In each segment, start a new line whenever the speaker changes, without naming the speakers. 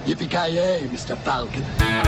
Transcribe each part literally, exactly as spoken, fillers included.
Yippee-ki-yay, mister Falcon.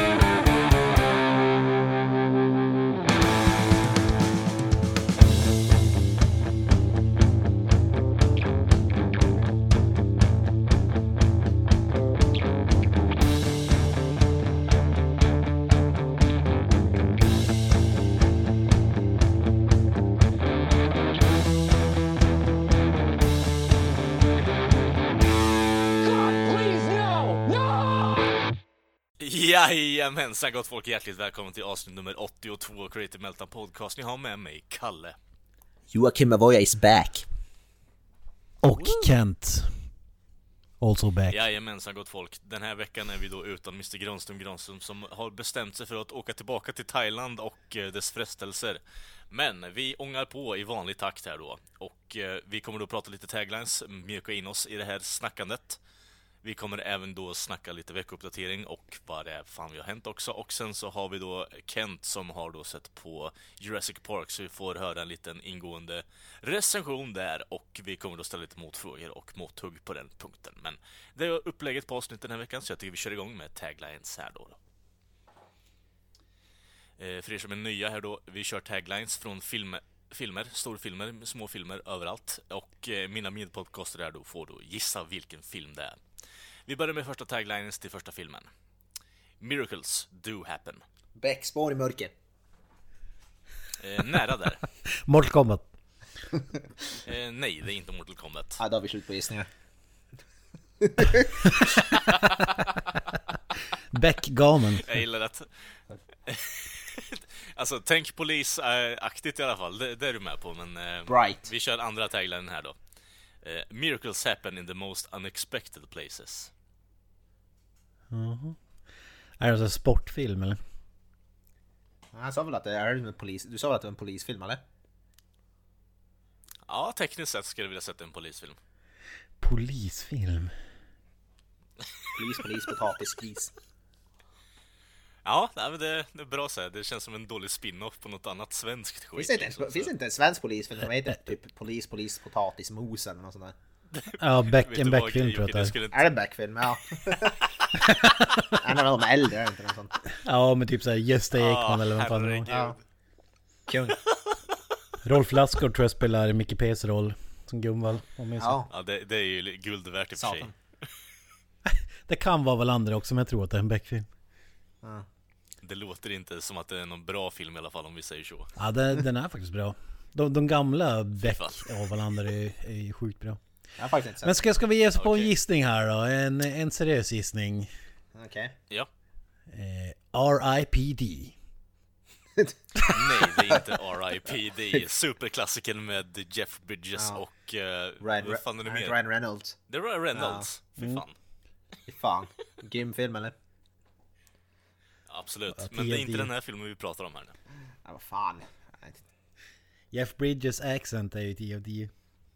Jajamensan, gott folk, hjärtligt välkommen till avsnitt nummer åttiotvå av Creative Meltdown Podcast. Ni har med mig Kalle.
Joakim Avoya is back.
Och Kent also back.
Jajamensan, gott folk. Den här veckan är vi då utan mister Granström Granström som har bestämt sig för att åka tillbaka till Thailand och eh, dess frestelser. Men vi ångar på i vanlig takt här då. Och eh, vi kommer då prata lite taglines, mjuka in oss i det här snackandet. Vi kommer även då snacka lite veckouppdatering och vad det är fan vi har hänt också. Och sen så har vi då Kent som har då sett på Jurassic Park, så vi får höra en liten ingående recension där. Och vi kommer då ställa lite motfrågor och mothugg på den punkten. Men det är upplägget på avsnittet den här veckan, så jag tycker vi kör igång med taglines här då. Eh, för er som är nya här då, vi kör taglines från film, filmer, storfilmer, små filmer överallt. Och eh, mina medpodcaster där då får då gissa vilken film det är. Vi börjar med första taglines till första filmen. Miracles do happen.
Beck, spår i mörker.
Eh, nära där.
Mortal Kombat.
Eh, nej, det är inte Mortal Kombat.
Ja, då har vi slut på gissningar.
Backgamen.
Jag gillar att... alltså, tänk polisaktigt i alla fall. Det, det är du med på, men... Eh,
Bright.
Vi kör andra taglinen här då. Uh, miracles happen in the most unexpected places.
Uh-huh. Är det en sportfilm eller?
Jag sa väl att det är en polis. Du sa väl att det var en polisfilm eller?
Ja, tekniskt sett skulle jag vilja sätta en polisfilm.
Polisfilm?
Polis, polis, potatis, gris.
Ja, nej, men det, det är bra så här. Det känns som en dålig spin-off på något annat svenskt skit.
Finns det inte,
liksom,
finns det inte en svensk polisfilm som heter typ polis, polis, potatis, mos eller något sånt där?
Ja, back,
Vet
en
du vad,
backfilm tror jag
Jocke,
att
det
det är.
skulle inte...
Är det en backfilm? Ja. En av de äldre, är det inte något sånt?
Ja, men typ såhär Gösta Ekman
Ah,
eller vad fan det
herregud.
var.
Ja. Kung.
Rolf Lassgård tror jag spelar Micke P's roll som Gunvald. Om jag
Ja.
Ja, det, det är ju guld värt i och för sig.
Satan.
Det kan vara väl andra också, men jag tror att det är en backfilm.
Ja.
Det låter inte som att det är någon bra film i alla fall, om vi säger så.
Ja, den, den är faktiskt bra. De, de gamla Beck
Fan.
och Wallander är, är sjukt bra.
Jag har faktiskt inte
Men
sett.
ska, ska vi ge oss på en
Okej.
gissning här då? En, en seriös gissning.
Okej.
Ja.
Eh, R I P D.
Nej, det är inte R I P. Det är superklassikern med Jeff Bridges
Ja.
och... Uh,
Ryan,
vad fan är det mer?
Ryan Reynolds.
Det är Ryan Reynolds. Fy
Mm.
fan.
Fy fan. Grym film eller?
Absolut.
Ja,
Men det är
tio,
inte
tio.
den här filmen vi pratar om här nu.
Ja, vad fan. Nej,
Jeff Bridges accent är ju tio av tio.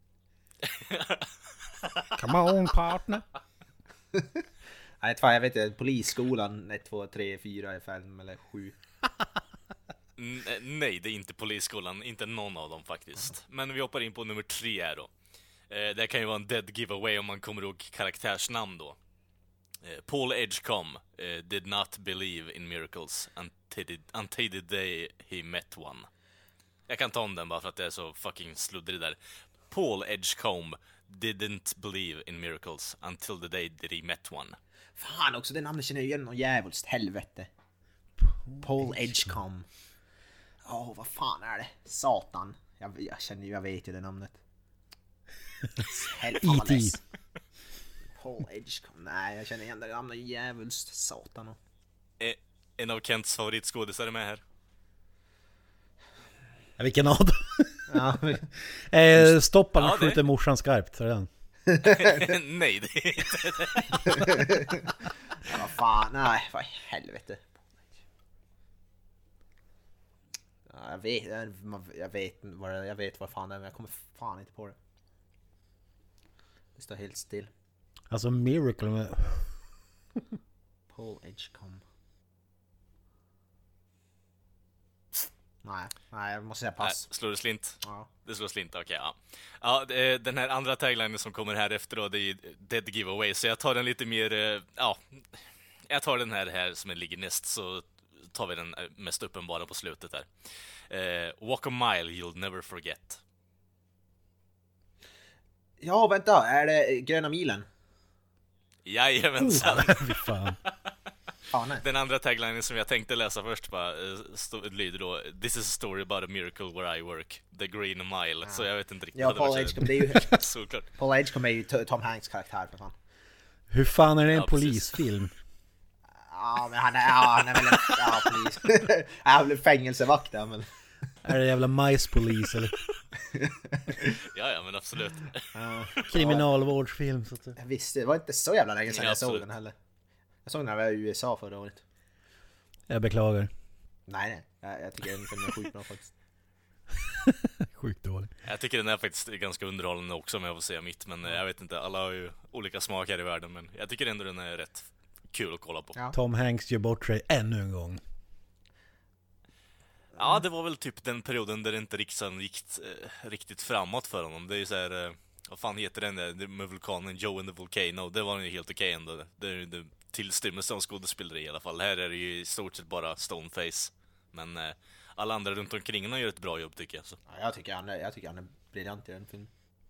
Come on partner.
Nej, fan, jag vet inte. Polisskolan ett, två, tre, fyra, fem eller sju.
N- nej, det är inte Polisskolan. Inte någon av dem faktiskt. Men vi hoppar in på nummer tre här då. Eh, det kan ju vara en dead giveaway om man kommer ihåg karaktärsnamn då. Eh, Paul Edgecombe eh, did not believe in miracles until the, until the day he met one. Jag kan ta om den bara för att det är så fucking sluddrig där. Paul Edgecombe didn't believe in miracles until the day that he met one.
Fan också, det namnet känner jag igen någon jävligt helvete. Paul Edgecombe. Åh, oh, vad fan är det? Satan. Jag, jag känner ju, jag vet ju det namnet. Helvete.
E T.
Paul Edgecombe. Nej, jag känner igen det namnet jävligt. Satan.
Eh, en av Kents favoritskådisar är med här.
Ja, vilken av dem?
Ja,
eh, Stoppa när
Ja,
ja,
det-
skjuter morsan skarpt. Så är den.
Nej, det är inte det.
ja, vad fan. Nej, vad i helvete. Ja, jag vet, jag, jag vet vad det, jag vet vad fan det är, men jag kommer fan inte på det. Det står helt still.
Alltså Miracle med...
Paul Edgecombe. Nej, nej, jag måste säga pass.
Nej, slår du slint?
Ja.
Det slår slint, okej, ja. Ja, det- den här andra taglinen som kommer här efter då, det är dead giveaway, så jag tar den lite mer, eh, ja, jag tar den här här som ligger näst, så tar vi den mest uppenbara på slutet här. Eh, Walk a mile you'll never forget.
Ja, vänta, är det Gröna milen?
Jajamensan.
Fy fan.
Fan, nej.
Den andra taglinen som jag tänkte läsa först bara, eh, stå, lyder då: This is a story about a miracle where I work, the Green Mile. Så jag vet inte riktigt.
Ja,
vad det var
Paul
så-
Edgecombe, det är ju...
Såklart.
Paul Edgecombe är ju T- Tom Hanks karaktär för fan.
Hur fan är det en
Ja, precis.
polisfilm?
Ja, men han är, ja, han är väl en... Ja, polis. Han är väl en fängelsevakt där, men...
Är det jävla majspolis eller
Ja, ja, men absolut.
kriminalvårdsfilm? Så att säga.
Jag visste, det var inte så jävla länge sedan
Ja,
jag såg
absolut.
den heller. Jag såg den när jag var i U S A förra året.
Jag beklagar.
Nej, nej. Jag, jag tycker den filmen är sjukt bra faktiskt.
Sjukt dålig.
Jag tycker den är faktiskt ganska underhållande också, om jag får säga mitt. Men eh, jag vet inte, alla har ju olika smak här i världen. Men jag tycker ändå den är rätt kul att kolla på.
Ja.
Tom Hanks gör bort sig ännu en gång.
Ja, det var väl typ den perioden där det inte riktigt gick eh, riktigt framåt för honom. Det är ju så här, eh, vad fan heter den där det med vulkanen, Joe and the Volcano. Det var ju helt okej ändå. Det är ju det tillstymmelse av skådespeleri i alla fall. Här är det ju i stort sett bara stoneface. Men eh, alla andra runt omkring honom gör ett bra jobb, tycker jag. Så.
Ja, jag, tycker han är, jag tycker han är briljant i den filmen.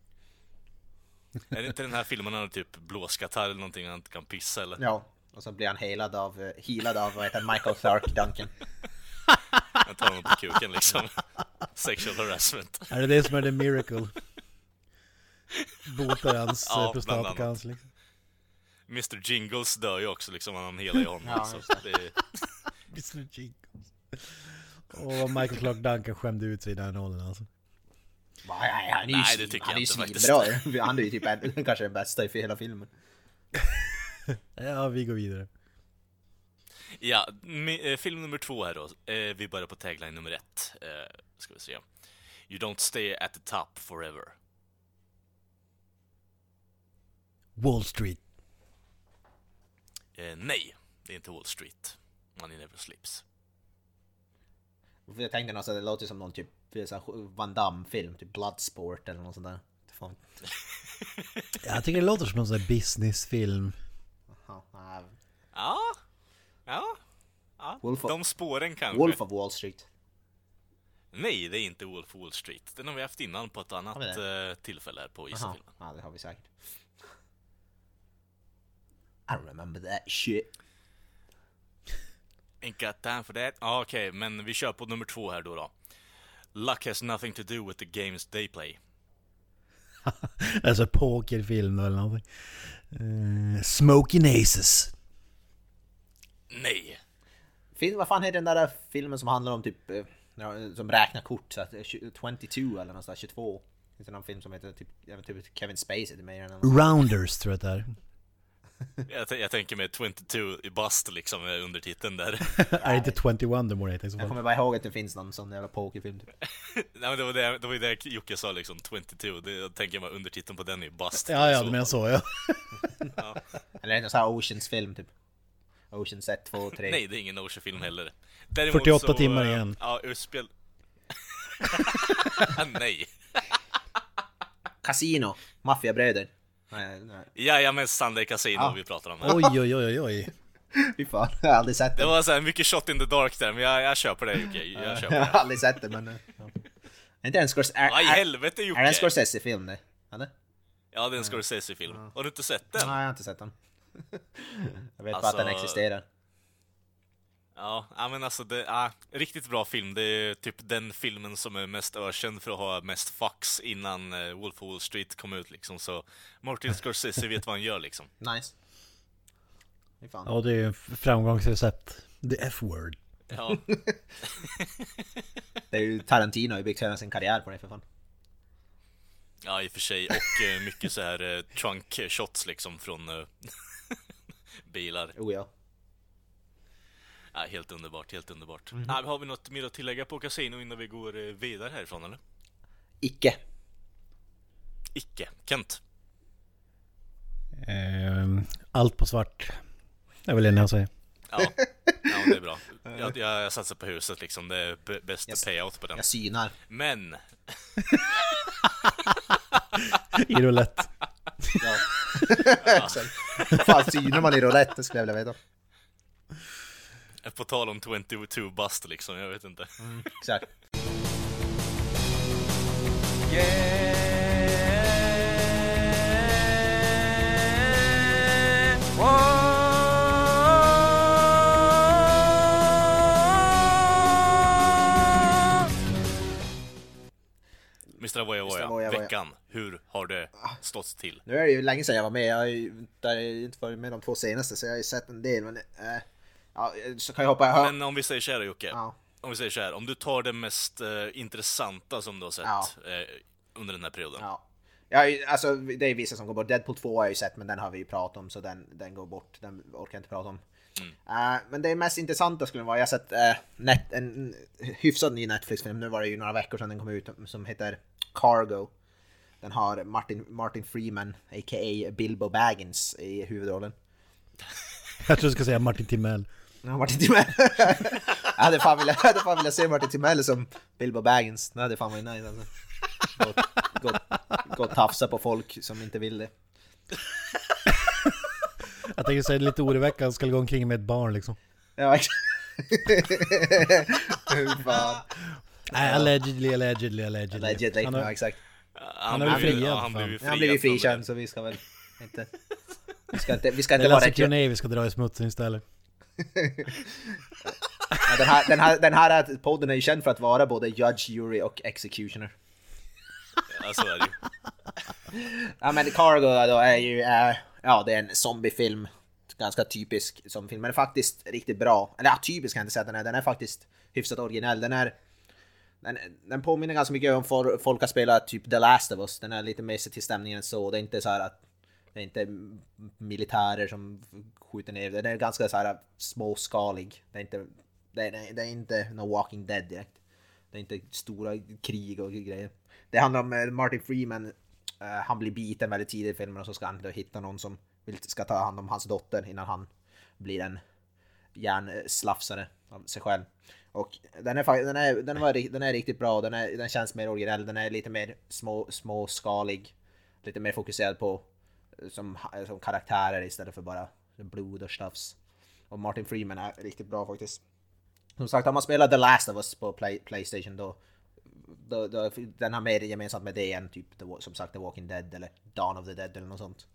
Är det inte den här filmen han har typ blåskatarr eller någonting, han inte kan pissa eller?
Ja, och så blir han helad av, eh, healad av, vad heter han, Michael Clark Duncan.
Jag tar honom på kuken liksom. Sexual harassment.
Är det det som är the miracle? Botar hans
Ja,
ja, prostatacancer liksom.
mister Jingles dör ju också liksom, han helar ju honom.
Ja,
Så
just
det är...
mister Jingles. Och Michael Clark Duncan skämde ut sig i den rollen alltså.
Va, nej, han är ju,
Nej, det
svin-
tycker
han
jag
är ju
inte faktiskt.
svinbra. Han är ju typ en, kanske den bästa i hela filmen.
Ja, vi går vidare.
Ja, mi- eh, film nummer två här då. Eh, vi börjar på tagline nummer ett. Eh, ska vi se. You don't stay at the top forever.
Wall Street.
Eh, nej, det är inte Wall Street. Money never sleeps.
För jag tänkte något så det låter som någon typ så här Van Damme-film, typ Bloodsport eller något sånt där. Fan.
Jag tycker det låter som någon sån här businessfilm.
Ja, nej.
Ja, ja, ja.
Wolf of-
De spåren kanske.
Wolf of Wall Street.
Nej, det är inte Wolf of Wall Street. Den har vi haft innan på ett annat
Har vi
eh, tillfälle här på Gissa
Aha.
filmen.
Ja, det har vi säkert. I don't remember that shit.
Ain't got time for that. Ah, okej, okay, men vi kör på nummer två här då då. Luck has nothing to do with the games they play.
Alltså pokerfilm eller någonting. Uh, Smoking Aces.
Nej.
Film, vad fan heter den där filmen som handlar om typ eh, ja, som räknar kort så att eh, tjugotvå eller något sånt där, tjugotvå. Det är någon film som heter typ, jag vet, typ Kevin Spacey med eller något.
Rounders tror jag det är.
Jag, t- jag tänker med tjugotvå i bast liksom eh, under titeln där.
Är det inte tjugoett det borde heta i så
Jag
fall?
kommer bara ihåg att det finns någon sån jävla pokerfim typ.
Nej, men det var det, det var ju det Jocke sa liksom, tjugotvå. Det, jag tänker bara undertiteln på den är bast.
Ja, ja,
Så-
du menar så, ja.
ja.
Eller någon sån här Oceans film typ. Oceans ett, två, tre.
Nej, det är ingen Ocean-film heller. Däremot
fyrtioåtta
så,
timmar
eh,
igen.
Ja, utspel... Nej.
Casino. Maffiabröder. Nej, nej.
Jajamensan, det är Casino
Ja.
vi pratar om här.
Oj, oj, oj, oj.
Fy fan, jag har aldrig sett
Det
den.
var så här mycket shot in the dark där, men jag, jag köper det Jocke. Jag köper
Jag
det.
har aldrig sett den men... eh, Ja. Är inte en Scorsese... Är,
Aj,
är,
helvete
är det en
Jocke!
Scorsese-film det? Eller?
Ja, det är en Scorsese-film. Har du inte sett den?
Nej, jag har inte sett den. Jag vet bara
Alltså-
att den existerar.
Ja, ja, men alltså det är riktigt bra film. Det är typ den filmen som är mest ökänd för att ha mest fax innan eh, Wolf of Wall Street kom ut liksom. Så Martin Scorsese vet vad han gör liksom.
Nice. Fy fan.
Ja, det är ju framgångsrecept. The F-word.
Ja,
Det är ju Tarantino har ju byggt hela sin karriär på det för fan.
ja i och för sig. Och eh, mycket så här eh, trunk shots liksom från eh, bilar.
Oh ja.
Ja, helt underbart, helt underbart. Mm. Ja, har vi något mer att tillägga på Casino innan vi går eh, vidare härifrån eller?
Icke.
Icke. Kent.
Ehm, allt på svart. Jag vill jag säga.
Ja, ja det är bra. Jag, jag, jag satsar på huset liksom. Det är b- bäst
Yes.
payout på den.
Jag synar.
Men
I roulette.
Ja. Fan, synar man i roulette skulle jag vilja veta.
På tal om tjugotvå bast liksom, jag vet inte.
Mm, exakt.
mister Avoya
mister
Voya,
Avoya Voya.
veckan, hur har det stått till?
Nu är det ju länge sedan jag var med. Jag har ju inte, inte varit med de två senaste, så jag har ju sett en del. Men äh, ja, så kan jag hoppa.
Men om vi säger så här, Jocke.
Ja.
Om vi säger så här, om du tar det mest eh, intressanta som du har sett
Ja.
eh, under den här perioden.
Ja. Jag har ju, alltså, det är vissa som går bort. Deadpool två har jag ju sett, men den har vi ju pratat om, så den, den går bort. Den orkar jag inte prata om.
Mm.
Uh, men det mest intressanta skulle vara, jag har sett uh, net, en hyfsad ny Netflix-film. Nu var det ju några veckor sedan den kom ut, som heter Cargo. Den har Martin, Martin Freeman, a k a. Bilbo Baggins, i huvudrollen.
Jag tror du ska säga Martin Timell.
Ja, Martin Timell. Jag hade fan velat, jag hade fan velat se Martin Timell som Bilbo Baggins. Det hade fan varit nice alltså. Gå, gå, gå och tafsa på folk som inte vill det.
Jag tänker säga lite oroväckande, ska gå omkring med ett barn liksom.
Ja, exakt. Hur fan.
Nej, allegedly, allegedly, allegedly.
Allegedly,
Han har-
ja, exakt.
Han,
är väl
blev-
friad,
ja, han
fan.
blev ju
Han blev ju
friad från
frikänd,
det.
så vi ska väl inte... Vi ska inte, vi ska
Det
inte
är
vara
Lasse
rätt.
Kronér vi ska dra i smutsen istället.
Ja, den, här, den, här, den här podden är ju känd för att vara både judge, jury och executioner.
Ja, så är det ju.
Ja, men Cargo då är ju, äh, ja, det är en zombiefilm. Ganska typisk som film, men är faktiskt riktigt bra. Eller ja, typisk kan jag inte säga att den är. Den är faktiskt hyfsat originell. Den är, den, den påminner ganska mycket om for, folk har spelat typ The Last of Us. Den är lite mer till stämningen än så. Det är inte så här att det är inte militärer som skjuter ner. Den är ganska så här småskalig. Det är inte, det är, det är inte no Walking Dead direkt. Det är inte stora krig och grejer. Det handlar om Martin Freeman. Uh, han blir biten väldigt tidigt i filmen, och så ska han då hitta någon som vill, ska ta hand om hans dotter innan han blir en hjärnslafsare av sig själv. Och den är, den är, den var, den är riktigt bra. Den, är, den känns mer originell. Den är lite mer små, småskalig. Lite mer fokuserad på som, som karaktärer istället för bara blod och stuffs. Och Martin Freeman är riktigt bra faktiskt. Som sagt, om man spelar The Last of Us på Play, Playstation då, då, då den har mer gemensamt med det än typ the, som sagt The Walking Dead eller Dawn of the Dead eller något sånt.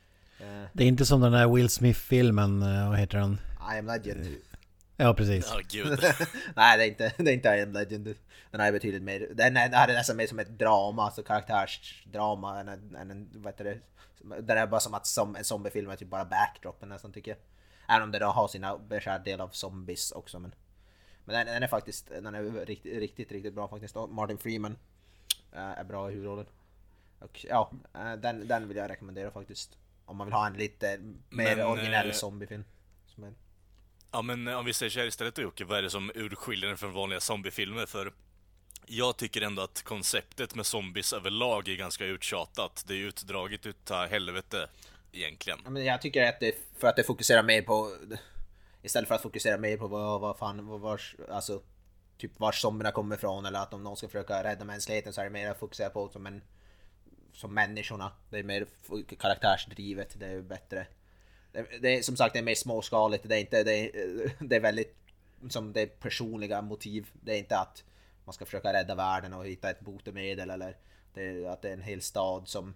Uh,
Det är inte som den där Will Smith-filmen, uh, vad heter den?
I am Legend.
Ja, precis.
Ja, gud.
Nej, det är inte, det är inte I am Legend. Den här är betydligt mer, den här är nästan mer som ett drama, alltså karaktärsdrama än en, än en vad heter det? Den är bara som att som, en zombiefilm är typ bara backdropen nästan, tycker jag. Även om det då har sina beskärd del av zombies också, men men den, den är faktiskt, den är riktigt, riktigt, riktigt bra faktiskt. Martin Freeman uh, är bra i huvudrollen. Och ja, uh, den, den vill jag rekommendera faktiskt. Om man vill ha en lite mer
Men,
originell
eh,
zombiefilm. Som är...
Ja, men om vi säger så här istället då, Jocke, vad är det som urskiljer den från vanliga zombiefilmer? För jag tycker ändå att konceptet med zombies överlag är ganska uttjatat. Det är utdraget utav helvete egentligen.
Ja, men jag tycker att det, för att det fokuserar mer på, istället för att fokusera mer på vad, vad fan, vad, vars, alltså typ var zombierna kommer ifrån, eller att om någon ska försöka rädda mänskligheten, så är det mer att fokusera på som en som människorna. Det är mer karaktärsdrivet, det är bättre. Det, det är som sagt, det är mer småskaligt, det är inte, det är, det är väldigt som det är personliga motiv. Det är inte att man ska försöka rädda världen och hitta ett botemedel, eller det är, att det är en hel stad som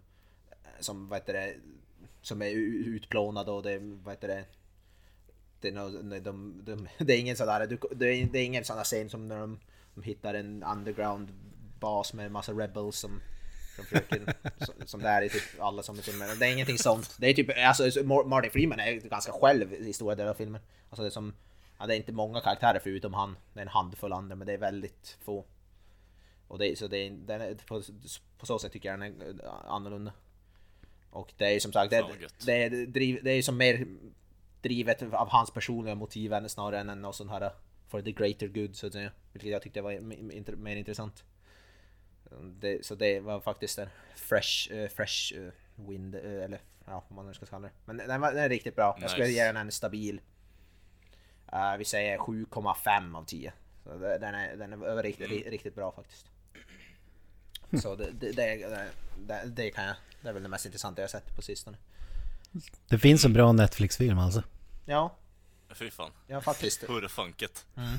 som vad heter det, som är utplånad, och det vad heter det, det är, no, de, de, de, det är ingen sån där, det är, det är ingen sån där scen som när de, de hittar en underground bas med en massa rebels som som, försöker, som, som det är i typ alla som är filmer. Det är ingenting sånt. Det är typ, alltså Martin Freeman är ganska själv i stora delar av filmen. Alltså det är som, ja, det är inte många karaktärer förutom han. Det är en handfull andra, men det är väldigt få. Och det, så det är, den är på, på så sätt tycker jag den är annorlunda. Och det är som sagt, det, det, är, driv, det är som mer drivet av hans personliga motiv än snarare än något sån här for the greater good, så att säga. Vilket jag tyckte var mer intressant. Det, så det var faktiskt en fresh, uh, fresh uh, wind, uh, eller ja, vad man nu ska kalla det. Men den, var, den är riktigt bra. Jag skulle
Nice.
ge den en stabil, uh, vi säger sju komma fem av tio. Så det, den är, den är riktigt, mm. riktigt bra faktiskt. Så det, det, det, det, det kan jag, det är väl det mest intressanta jag sett på sistone.
Det finns en bra Netflix-film alltså.
Ja.
Fy fan.
Ja, faktiskt.
Hurrafunket.
Mm.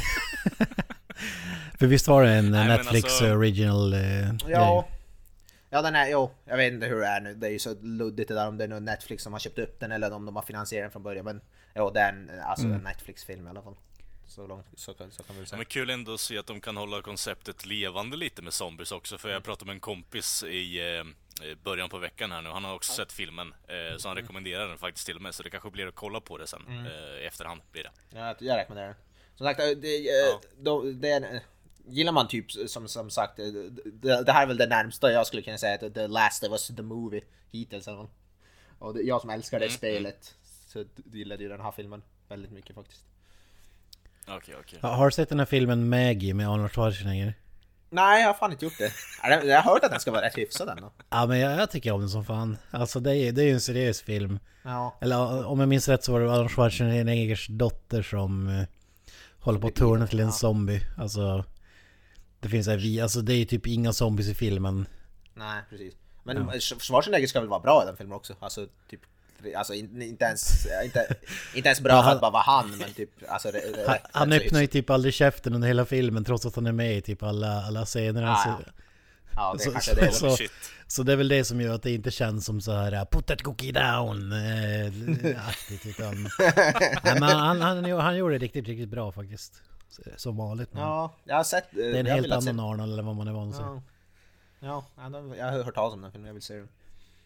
För visst var det en
Nej,
Netflix
alltså...
original eh,
Ja.
grej?
Ja, den är, jo, jag vet inte hur det är nu. Det är ju så luddigt det där om det är någon Netflix som har köpt upp den eller om de har finansierat den från början. Men jo, det är en, alltså
Mm.
en Netflix-film i alla fall. Så långt, så, kan- så kan vi väl säga.
Men kul ändå att se att de kan hålla konceptet levande lite med zombies också. För jag pratade med en kompis i eh, början på veckan här nu. Han har också sett filmen. Eh, så han rekommenderar den faktiskt till och med. Så det kanske blir att kolla på det sen.
Mm.
Eh, i efterhand blir det.
Ja, jag, jag rekommenderar den. Som sagt, det,
Ja.
då, det är en, gillar man typ som, som sagt, det, det här är väl det närmsta jag skulle kunna säga att The Last of Us, the movie, hittills i alla fall. Och det, jag som älskar det
Mm,
spelet så gillade ju den här filmen väldigt mycket faktiskt.
Okej, okej.
Ja, har du sett den här filmen Maggie med Arnold Schwarzenegger?
Nej, jag har fan inte gjort det. Jag har hört att den ska vara rätt hyfsad ändå.
Ja, men jag, jag tycker om den som fan. Alltså det är, det är ju en seriös film.
Ja.
Eller om jag minns rätt så var det Arnold Schwarzeneggers dotter som eh, håller på att turna till en
Ja.
zombie. Alltså det finns här, vi, alltså det är typ inga zombies i filmen.
Nej, precis. Men ja. Schwarzenegger ska väl vara bra i den filmen också. Alltså typ, alltså in, inte ens inte, inte ens bra
Ja,
för
han-
att bara vara han, men typ alltså det, det,
Han,
rätt-
han
rätt så
öppnar ju
hyfsat.
typ aldrig käften under hela filmen trots att han är med i typ alla, alla scener.
Ja,
Alltså,
ja. Ja, det
så-
kanske är det.
så-
Shit.
så det är väl det som gör att det inte känns som så här put that cookie down eh, aktigt, utan nej, men han, han, han gjorde det riktigt, riktigt bra faktiskt. Som vanligt. Men
Ja, jag har sett.
det är en helt annan Arnold eller vad man är van att se.
Ja. Ja, ja, då- jag har hört talas om den filmen, jag vill se den.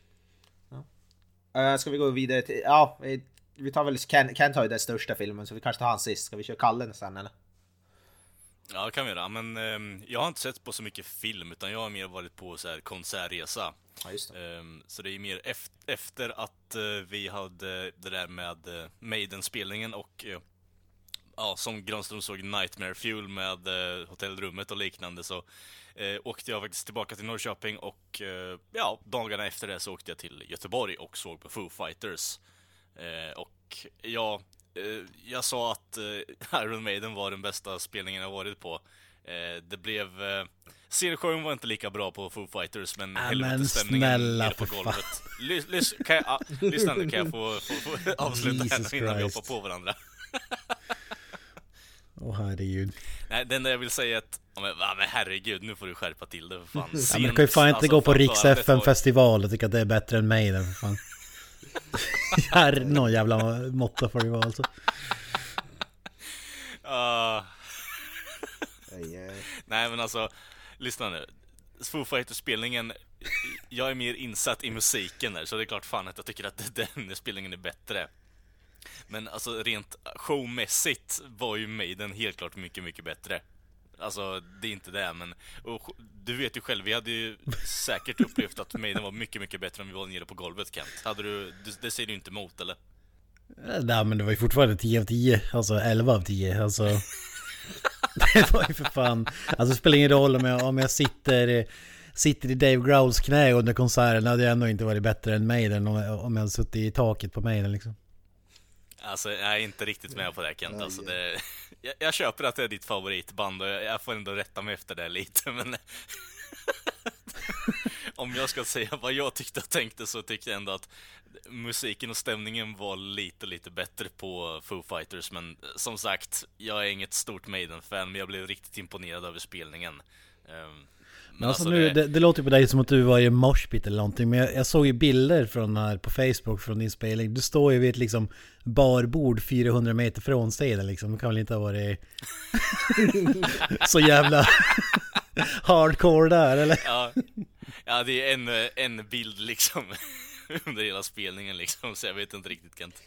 Ja. Uh, ska vi gå vidare till, ja, vi, vi tar väl, Ken, Ken tar ju den största filmen så vi kanske tar han sist. Ska vi köra Kallen sen eller?
Ja, det kan vi göra. Men ehm, jag har inte sett på så mycket film, utan jag har mer varit på så här konsertresa.
Ja, just det.
Ehm, så det är mer eft- efter att eh, vi hade det där med uh, Maiden-spelningen och eh, ja, som Granström såg Nightmare Fuel med eh, hotellrummet och liknande, så eh, åkte jag faktiskt tillbaka till Norrköping och eh, ja, dagarna efter det så åkte jag till Göteborg och såg på Foo Fighters. Eh, och ja, eh, jag sa att eh, Iron Maiden var den bästa spelningen jag varit på. Eh, det blev... Eh, Scenshowen var inte lika bra på Foo Fighters, men
Ja,
helvetestämningen
men snälla
nere på
för fan.
golvet. Lys, lys, kan jag, ah, lyssna nu, kan jag få, få, få avsluta
Jesus
här innan vi
Christ.
hoppar på varandra.
Åh herregud.
Nej, det enda jag vill säga är att, ja, men, va, men herregud, nu får du skärpa till det för fan.
Ja, men du kan ju fan inte
Alltså,
gå på
fan,
Riks
klarat
F
det var-
M-festival och tycka att det är bättre än mig för fan. Här, någon jävla måtta får det vara alltså.
Ah,
Oj, eh,
nej men alltså, lyssna nu. Foo Fighters-spelningen, jag är mer insatt i musiken där, så det är klart fan att jag tycker att den spelningen är bättre. Men alltså rent showmässigt var ju Maiden helt klart mycket, mycket bättre. Alltså, det är inte det, men och, du vet ju själv, vi hade ju säkert upplevt att Maiden var mycket, mycket bättre om vi var nere på golvet, Kent. Hade du, det, det säger du inte emot, eller?
Nej men det var ju fortfarande tio av tio, alltså elva av tio, alltså. Det var ju för fan, alltså det spelar ingen roll om jag, om jag sitter, sitter i Dave Growls knä under konserten, hade jag ändå inte varit bättre än Maiden om jag, om jag hade suttit i taket på Maiden liksom.
Alltså, jag är inte riktigt med på det här, Kent. Alltså, det, jag, jag köper att det är ditt favoritband och jag, jag får ändå rätta mig efter det lite, men om jag ska säga vad jag tyckte och tänkte, så tyckte jag ändå att musiken och stämningen var lite, lite bättre på Foo Fighters. Men som sagt, jag är inget stort Maiden-fan, men jag blev riktigt imponerad över spelningen. Um,
Men alltså, nu, det, det låter ju på dig som att du var i en moshpit eller någonting, men jag, jag såg ju bilder från här på Facebook från din spelning. Du står ju vid ett liksom barbord fyrahundra meter från steden liksom. Det kan väl inte ha varit så jävla hardcore där, eller?
Ja, ja, det är en, en bild liksom under hela spelningen liksom, så jag vet inte riktigt, Kent.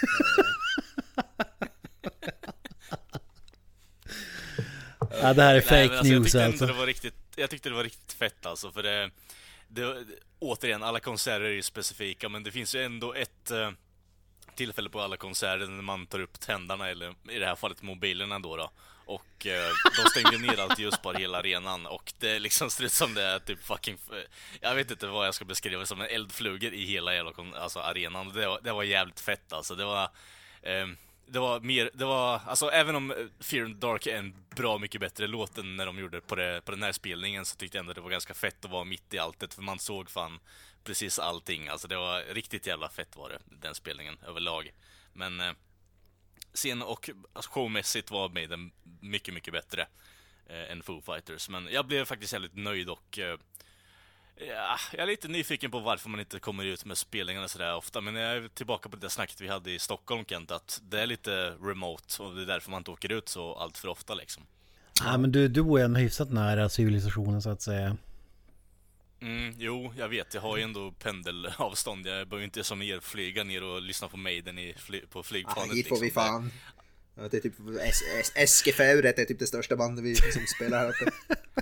Ja, det här är
Nej,
fake
men alltså, jag
news
tyckte
alltså.
ändå det var riktigt, jag tyckte det var riktigt fett alltså, för det, det återigen, alla konserter är ju specifika, men det finns ju ändå ett eh, tillfälle på alla konserter när man tar upp tändarna, eller i det här fallet mobilerna då då. Och eh, de stängde ner allt just bara hela arenan, och det liksom ser ut som det är typ fucking, jag vet inte vad jag ska beskriva, som en eldflugor i hela jävla kon- alltså arenan. Det var, det var jävligt fett alltså. Det var eh, det var mer, det var, alltså även om Fear in the Dark är en bra mycket bättre låt än när de gjorde på, det, på den här spelningen, så tyckte jag ändå det var ganska fett att vara mitt i alltet, för man såg fan precis allting. Alltså det var riktigt jävla fett var det, den spelningen överlag. Men eh, scen och alltså, showmässigt var Maiden mycket, mycket bättre eh, än Foo Fighters. Men jag blev faktiskt väldigt nöjd och eh, ja, jag är lite nyfiken på varför man inte kommer ut med spelningarna sådär ofta. Men jag är tillbaka på det snacket vi hade i Stockholm, Kent, att det är lite remote och det är därför man inte åker ut så allt för ofta liksom.
Ja, men du, du är en hyfsat nära civilisationen så att säga.
Mm, jo, jag vet. Jag har ju ändå pendelavstånd. Jag behöver inte som er flyga ner och lyssna på Maiden i fly- på flygplanet.
Ah, hit får vi
liksom.
fan. Ja, det är typ es- es- Eskifeuret är typ det största bandet vi som spelar här uppe.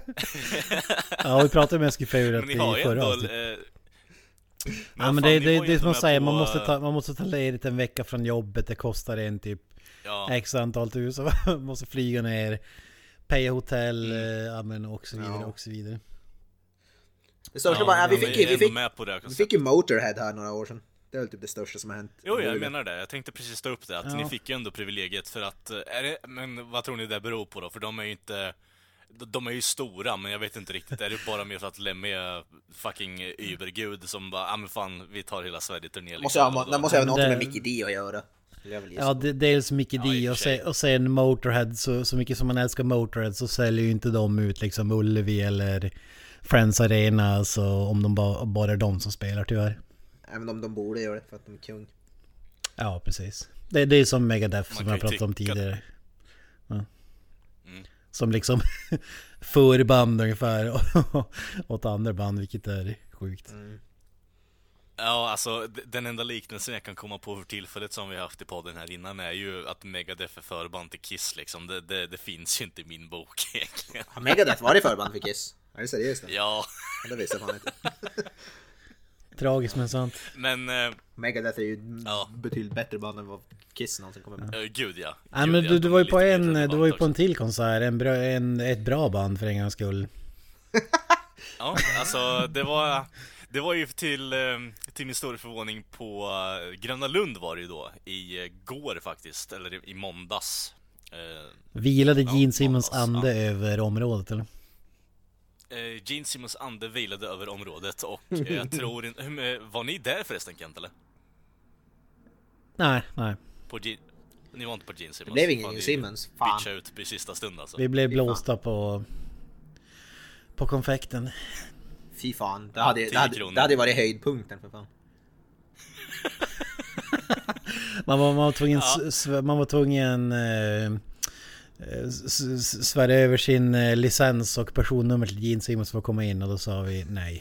Ja, vi pratade med Eskifeuret
Men
i
ni har ju
förra
ändå...
avsnittet.
Eh,
Ja, men
fan,
det,
ni
det,
var ju
det är
ändå
som att
med
säga,
på,
man måste,
eh,
ta, man måste ta ledigt en vecka från jobbet, det kostar en typ
ja,
x antal tusen, man måste flyga ner, paya hotell, mm. ja, men och så vidare,
Ja.
och så vidare.
Det största
ja,
bara, ja, vi
men
fick
jag
ju
är
vi
ändå
fick,
med på det här
vi
konceptet.
fick ju Motorhead här några år sedan. Det är väl typ det största som har hänt.
Jo, jag menar det. Jag tänkte precis ta upp det. Att
Ja.
ni fick ju ändå privilegiet för att... Är det, men vad tror ni det beror på då? För de är ju inte... De är ju stora, men jag vet inte riktigt. Är det bara mer för att Lemmy är fucking übergud som bara, ah men fan, vi tar hela Sverige-turné liksom.
Måste ha, det måste ha
Men
något
det-
med Mickey D att göra. Jag vill gissa
Ja,
på.
det, dels Mickey
Ja, i
D
och
och,
för sig.
se, och sen Motorhead, så, så mycket som man älskar Motorhead så säljer ju inte de ut liksom Ullevi eller Friends Arena, så om de ba, bara är de som spelar tyvärr.
Även om de borde göra det för att de är kung.
Ja, precis. Det, det är som Megadeth
Man
som
kan
jag
ju
pratade om
tycka det.
tidigare. Ja.
Mm.
Som liksom förband ungefär åt andra band, vilket är sjukt.
Mm.
Ja, alltså d- den enda liknelsen jag kan komma på för tillfället som vi har haft i podden här innan är ju att Megadeth är förband till Kiss liksom. Det, det, det finns ju inte i min bok egentligen.
Har Megadeth varit förband för Kiss? Är det seriöst? Ja.
Ja,
Det visste jag fan inte.
Tragiskt men sant.
men... Eh,
Megadeth är ju
Ja.
betydligt bättre band än vad Kiss någonsin kommer med.
äh, gud ja.
Nej,
Gud,
men
ja,
du,
de
du
är
var ju
lite
på
mer
en,
relevanta
du var ju på en
också.
till konsert, en bra, en, ett bra band för en gångs skull.
Ja, alltså det var... Det var ju till, eh, till min stora förvåning på eh, Gröna Lund var det ju då, i eh, går faktiskt, eller i, i måndags. Eh,
Vilade
Ja,
Gene Simmons
måndags,
ande
ja.
över området eller?
eh, Gene Simmons ande vilade över området och eh, jag tror inte... hur- eh, Var ni där förresten, Kent, eller?
Nej, nej.
På Gene, ni var inte på Gene Simmons?
Det blev ingen
Fan,
Gene
ni
Simmons. Fan.
bitchade ut i sista stund alltså.
Vi blev
Fy fan.
blåsta på på konfekten.
Fy fan. Det hade,
tio
det hade,
kronor.
det hade varit höjdpunkten för fan.
Man var, man var tvungen,
Ja.
s- s- man var tvungen eh, s- s- svära över sin eh, licens och personnummer till Gene Simmons för att komma in, och då sa vi nej.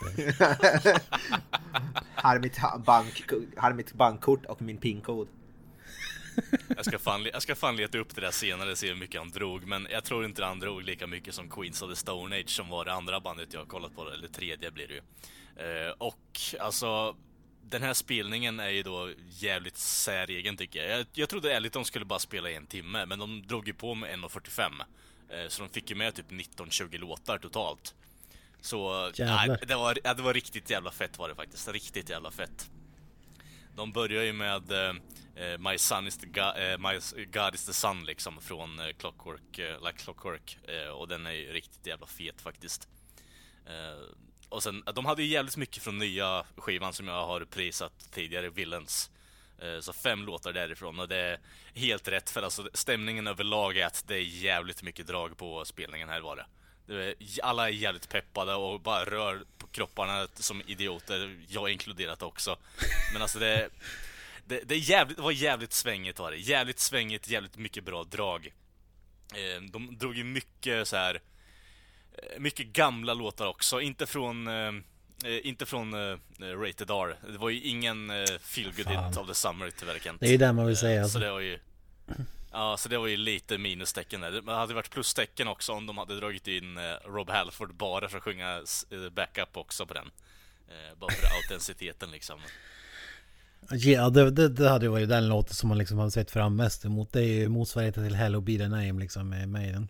Här är mitt, ha- bank, här är mitt bankkort och min pinkod.
Jag ska, fan, jag ska fan leta upp det där senare och se hur mycket han drog. Men jag tror inte han drog lika mycket som Queens of the Stone Age, som var det andra bandet jag har kollat på, eller tredje blir det ju. eh, Och alltså, den här spelningen är ju då jävligt säregen tycker jag. jag Jag trodde ärligt de skulle bara spela i en timme, men de drog ju på med en fyrtiofem. eh, Så de fick ju med typ nitton tjugo låtar totalt. Så
Jävlar.
nej, det, var, ja, det var riktigt jävla fett var det faktiskt. Riktigt jävla fett. De börjar ju med eh, My son is the God, eh, My God is the sun liksom, från eh, Clockwork, eh, Like Clockwork, eh, och den är ju riktigt jävla fet faktiskt. eh, Och sen, de hade ju jävligt mycket från nya skivan som jag har prisat tidigare, Villains. eh, Så fem låtar därifrån, och det är helt rätt, för alltså stämningen överlag är att det är jävligt mycket drag på spelningen här var det. Det är, alla är jävligt peppade och bara rör på kropparna som idioter, jag inkluderat också. Men alltså det, det, det, är jävligt, det var jävligt svängigt var det. Jävligt svängigt, jävligt mycket bra drag. Eh, de drog ju mycket så här, eh, mycket gamla låtar också. Inte från, eh, inte från eh, Rated R. Det var ju ingen eh, Feel Good
Fan.
Hit of the Summer tyvärr, Kent.
Det är ju det man vill
Eh,
säga,
Så
alltså.
det var ju... Ja, så det var ju lite minustecken där. Det hade varit plustecken också om de hade dragit in eh, Rob Halford bara för att sjunga eh, backup också på den. Eh, bara för autenticiteten liksom.
Ja, det, det, det hade ju varit den låten som man liksom hade sett fram mest emot. Det är ju motsvarigheten till Hello Be The Name liksom, med Maiden.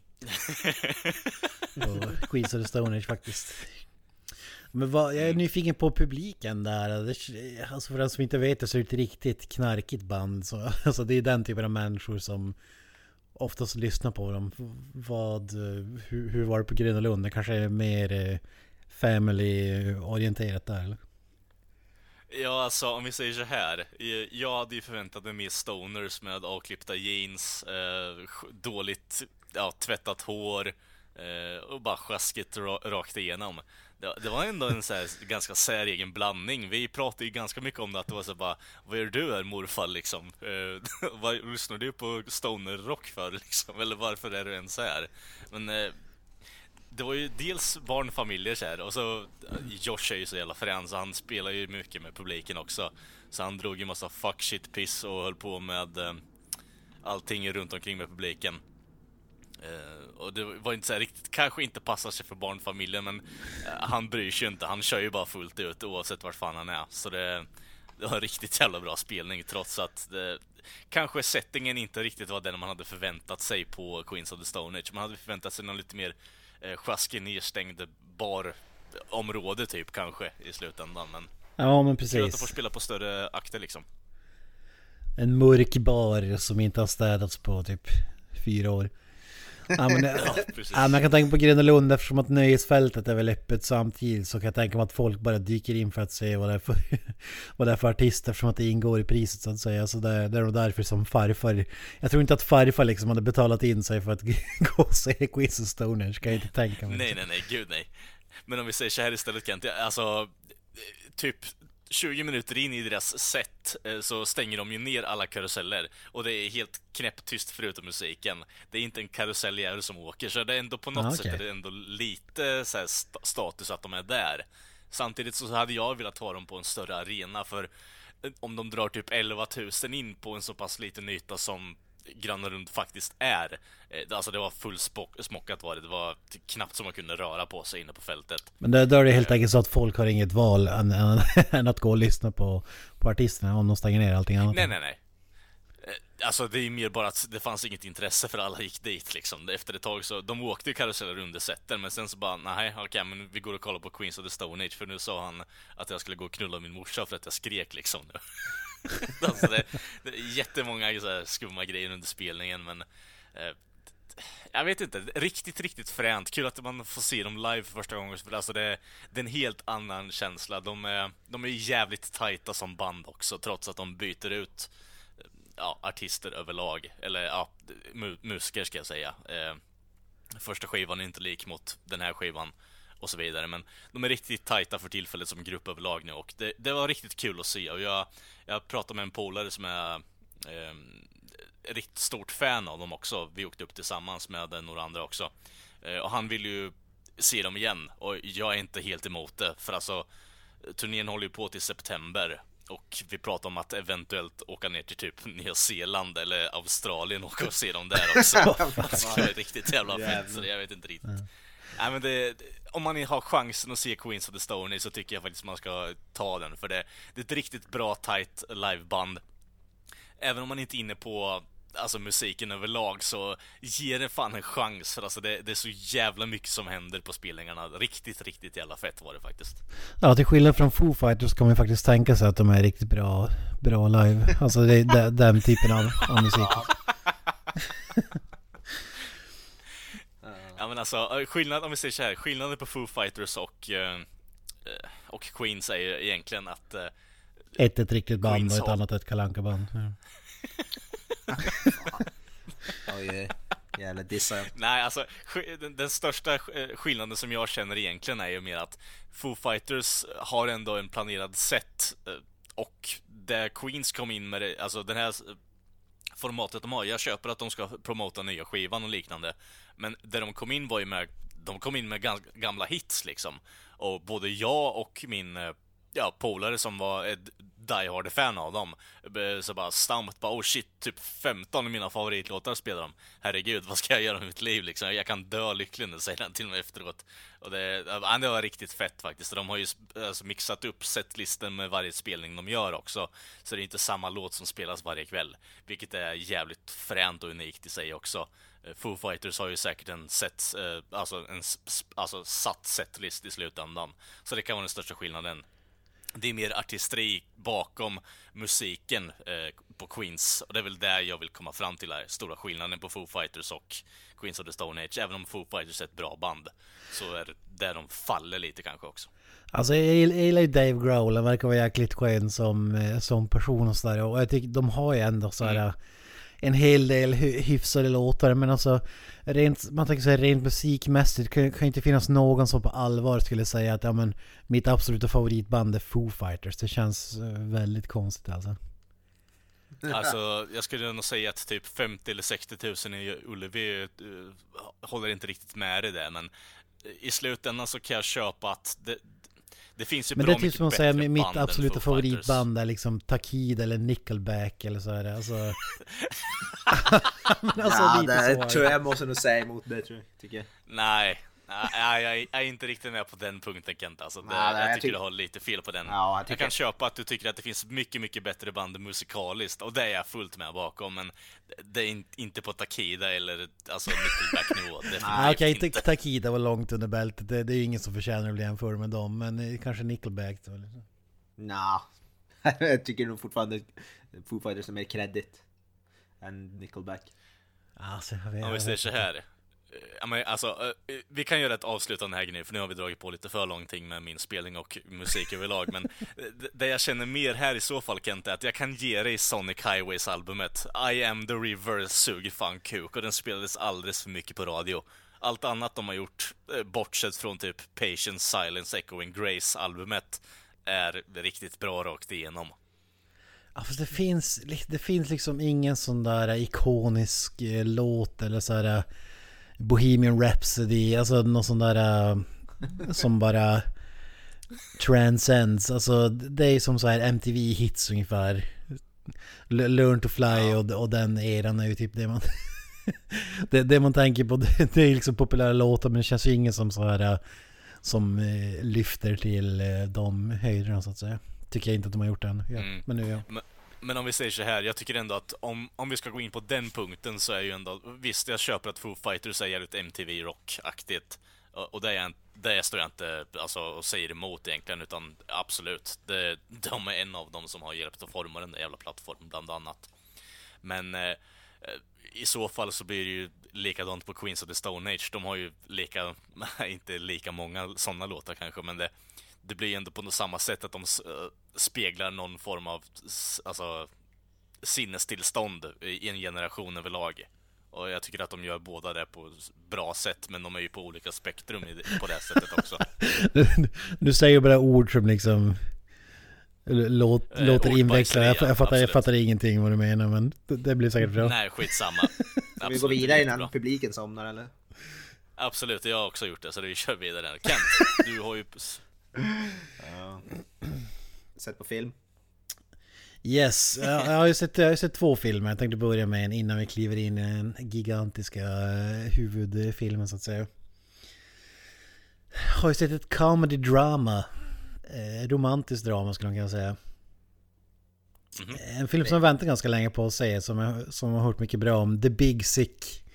Och Queens of the Stone Age faktiskt. Men vad, jag är nyfiken på publiken där. Det, alltså för den som inte vet det så är det ett riktigt knarkigt band. Så, alltså det är den typen av människor som oftast lyssnar på dem. Vad, hur, hur var det på Gröna Lund? Det kanske är mer family-orienterat där eller?
Ja, alltså om vi säger så här. eh, Jag hade ju förväntat mig mer stoners med avklippta jeans, eh, sj- dåligt ja, tvättat hår eh, och bara sjaskigt ra- rakt igenom. Det, det var ändå en så här, ganska säregen blandning. Vi pratade ju ganska mycket om det, att det var så bara, vad gör du här morfar liksom? Eh, vad lyssnar du på stoner-rock för liksom? Eller varför är du ens här? Men eh, det var ju dels barnfamiljer så här, och så Josh är ju så jävla frän, så han spelar ju mycket med publiken också. Så han drog ju massa fuck shit piss och höll på med eh, allting runt omkring med publiken. Eh, och det var inte så här riktigt, kanske inte passar sig för barnfamiljen, men eh, han bryr sig ju inte, han kör ju bara fullt ut oavsett vart fan han är. Så det, det var en riktigt jävla bra spelning, trots att det, kanske settingen inte riktigt var den man hade förväntat sig på Queens of the Stone Age. Man hade förväntat sig någon lite mer eh, sjaskig, nedstängd barområde typ kanske i slutändan, men
Ja, men
kul att
precis.
de får spela på större akter liksom.
En mörk bar som inte har städats på typ fyra år. Ja, men, ja,
precis.
ja, man kan tänka på Gröna Lund, eftersom att nöjesfältet är väl öppet samtidigt, så kan jag tänka mig att folk bara dyker in för att se vad det är för, vad det är för artister, eftersom att det ingår i priset så att säga. Så det, det är nog därför som farfar, jag tror inte att farfar liksom hade betalat in sig för att gå och se Quiz och Stoners, kan jag inte tänka mig.
Nej, nej, nej, gud nej. Men om vi säger så här istället, Kent, alltså typ tjugo minuter in i deras set eh, så stänger de ju ner alla karuseller, och det är helt knäpptyst förutom musiken. Det är inte en karusell som åker, så det är ändå på något
Ah,
sätt
okej.
är det ändå lite så här sta- status att de är där. Samtidigt så hade jag velat ha dem på en större arena, för eh, om de drar typ elva tusen in på en så pass liten yta som Gröna Lund faktiskt är. Eh, Alltså det var full spock, smockat var det. Det var t- knappt som man kunde röra på sig inne på fältet.
Men det, då är det helt enkelt så att folk har inget val än, än, än att gå och lyssna på, på artisterna om de stänger ner allting annat.
Nej, nej, nej. Eh, Alltså det är mer bara att det fanns inget intresse, för alla gick dit liksom. Efter ett tag så, de åkte ju karuseller under setten, men sen så bara, nej, okej, okay, men vi går och kollar på Queens of the Stone Age, för nu sa han att jag skulle gå och knulla min morsa för att jag skrek liksom. Alltså det, det är jättemånga så här skumma grejer under spelningen, men eh, jag vet inte, riktigt, riktigt fränt. Kul att man får se dem live för första gången. Alltså det, det är en helt annan känsla. De är, de är jävligt tajta som band också, trots att de byter ut ja, artister överlag. Eller ja, mu- musiker ska jag säga. Eh, första skivan är inte lik mot den här skivan och så vidare, men de är riktigt tajta för tillfället som grupp överlag nu, och det, det var riktigt kul att se. Och jag, jag pratade med en polare som är eh, riktigt stort fan av dem också. Vi åkte upp tillsammans med några andra också, eh, och han vill ju se dem igen, och jag är inte helt emot det, för alltså turnén håller ju på till september, och vi pratar om att eventuellt åka ner till typ Nya Zeeland eller Australien och åka och se dem där också. Alltså, det är riktigt jävla fett, så jag vet inte riktigt. Nej, men det, om man har chansen att se Queens of the Stone Age så tycker jag faktiskt man ska ta den, för det, det är ett riktigt bra tight liveband. Även om man inte är inne på alltså musiken överlag, så ger det fan en chans, för alltså det, det är så jävla mycket som händer på spelningarna. Riktigt, riktigt jävla fett var det faktiskt.
Ja, till skillnad från Foo Fighters kan man faktiskt tänka sig att de är riktigt bra, bra live. Alltså det är de- den typen av, av musik.
Ja, men alltså skillnad, om vi säger så här, skillnaden på Foo Fighters och eh, och Queens är ju egentligen att eh,
Ett ett riktigt band
Queens
och ett
har-
annat ett kalanka-band. Ja.
Oj, jävla dissar.
nej, alltså sk- den, den största sk- skillnaden som jag känner egentligen är ju mer att Foo Fighters har ändå en planerad set, eh, och där Queens kom in med det, alltså den här eh, formatet de har. Jag köper att de ska promota nya skivan och liknande, men där de kom in var ju med, de kom in med gans- gamla hits liksom. Och både jag och min eh, ja, polare som var ett diehard fan av dem, eh, så bara stammt bara, oh shit, typ femton av mina favoritlåtar spelar de. Herregud, vad ska jag göra med mitt liv liksom? Jag kan dö lycklig nu, säger han till mig efteråt. Och det, ja, det var riktigt fett faktiskt. Och de har ju alltså mixat upp setlisten med varje spelning de gör också, så det är inte samma låt som spelas varje kväll, vilket är jävligt fränt och unikt i sig också. Eh, Foo Fighters har ju säkert en set, eh, alltså en s- s- alltså satt setlist i slutändan, så det kan vara den största skillnaden. det är mer artisteri bakom musiken eh, på Queens. Och det är väl där jag vill komma fram till här. Stora skillnaden på Foo Fighters och Queens of the Stone Age. Även om Foo Fighters är ett bra band, så är det där de faller lite kanske också.
Alltså jag gillar ju Dave Grohl. Han verkar vara jäkligt skön som, som person och sådär. Och jag tycker de har ju ändå så här... Mm. en hel del hy- hyfsade låtar, men alltså rent, man tänker så här, rent musikmässigt kan, kan inte finnas någon som på allvar skulle säga att ja, men, mitt absoluta favoritband är Foo Fighters. Det känns väldigt konstigt alltså.
Alltså, jag skulle nog säga att typ femtio eller sextio tusen i Ullevi uh, håller inte riktigt med det där, men i slutändan så kan jag köpa att det, det finns ju
men
bra
det är typ som att säga mitt absoluta favoritband är liksom Takida eller Nickelback eller så här. Alltså,
men alltså ja, det så tror jag måste nog säga emot det, tror jag, tycker jag.
Nej, nej jag, jag är inte riktigt med på den punkten, Kent. Alltså, det, nej, jag, jag tycker tyck- du har lite fel på den. Ja, jag, jag kan köpa att du tycker att det finns mycket, mycket bättre band musikaliskt, och det är jag fullt med bakom, men det är inte på Takida eller alltså Nickelback-nivå.
Nej, okej, okay, Takida var långt under bältet. Det, det är ju ingen som förtjänar att bli jämförd med dem, men kanske Nickelback då.
Nah, jag tycker nog fortfarande Foo Fighters är mer credit än Nickelback.
Alltså, jag vet,
om vi säger så här. Alltså, vi kan göra ett avslutande här nu, för nu har vi dragit på lite för långting med min spelning och musik överlag, men det jag känner mer här i så fall, Kent, är att jag kan ge dig Sonic Highways albumet. I Am The River suger fan kuk, och den spelades alldeles för mycket på radio. Allt annat de har gjort, bortsett från typ Patience, Silence, Echoing Grace albumet, är riktigt bra rakt igenom.
Ja, fast det finns, det finns liksom ingen sån där ikonisk låt eller så här Bohemian Rhapsody, alltså någon sån där uh, som bara transcends. Alltså det är som så här M T V-hits ungefär. L- Learn to Fly ja. och, och den eran är ju typ det man det, det man tänker på. Det, det är liksom populära låtar, men det känns ju ingen som så här uh, som uh, lyfter till uh, de höjderna så att säga. Tycker jag inte att de har gjort än. Ja, mm. Men nu ja.
Men... Men om vi säger så här, jag tycker ändå att om, om vi ska gå in på den punkten, så är ju ändå, visst, jag köper att Foo Fighters är jävligt M T V-rock-aktigt, och det, är, det står jag inte alltså, och säger emot egentligen, utan absolut, det, de är en av dem som har hjälpt att forma den där jävla plattformen bland annat. Men eh, i så fall så blir det ju likadant på Queens of the Stone Age. De har ju lika, inte lika många sådana låtar kanske, men det Det blir ändå på samma sätt att de speglar någon form av alltså, sinnestillstånd i en generation överlag. Och jag tycker att de gör båda det på bra sätt, men de är ju på olika spektrum på det sättet också.
Du säger bara ord som liksom låt, eh, låter invecklade. Jag, jag, fattar, jag fattar ingenting vad du menar, men det, det blir säkert bra.
Nej, skitsamma.
Ska vi gå vidare innan bra. Publiken somnar, eller?
Absolut, jag har också gjort det, så vi kör vidare. Kent, du har ju...
Ja. Sett på film?
Yes, jag, jag, har ju sett, jag har ju sett två filmer. Jag tänkte börja med en innan vi kliver in i den gigantiska huvudfilmen så att säga. Jag har ju sett ett comedy drama, eh, romantiskt drama skulle man kunna säga. Mm-hmm. En film som jag väntat ganska länge på att se, som jag, som jag har hört mycket bra om, The Big Sick.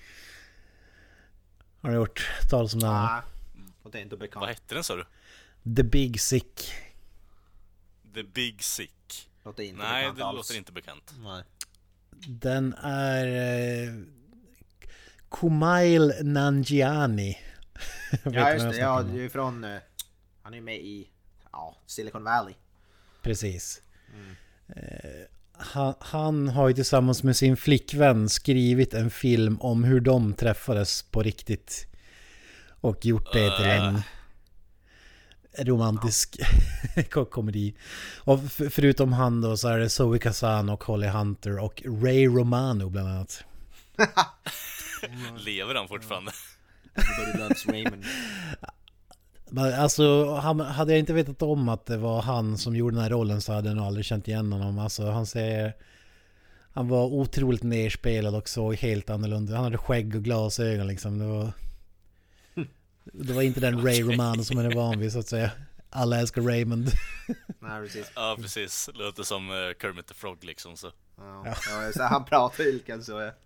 Har du hört talas om den?
Ja, och det är inte bekant.
Vad hette den, sa du?
The Big Sick.
The Big Sick.
Låter inte
Nej,
bekant
det
alls.
låter inte bekant.
Nej.
Den är eh, Kumail Nanjiani.
Ja, just det. Ja, det är från uh, han är med i ja, Silicon Valley.
Precis. Mm. Eh, han, han har ju tillsammans med sin flickvän skrivit en film om hur de träffades på riktigt. Och gjort det till en romantisk ja. komedi. Och f- förutom han då så är det Zoe Kazan och Holly Hunter och Ray Romano bland annat.
Lever han fortfarande?
Everybody loves Raymond.
Alltså, han, hade jag inte vetat om att det var han som gjorde den här rollen så hade jag nog aldrig känt igen honom. Alltså, han säger... Han var otroligt nerspelad och såg helt annorlunda. Han hade skägg och glasögon liksom. Det var... Det var inte den Ray Romano som man är van vid så att säga. Alla älskar Raymond.
Nej, precis.
Ja, precis. Låter som uh, Kermit the Frog liksom så.
Ja, ja. Så han pratar ilkan så. Ja.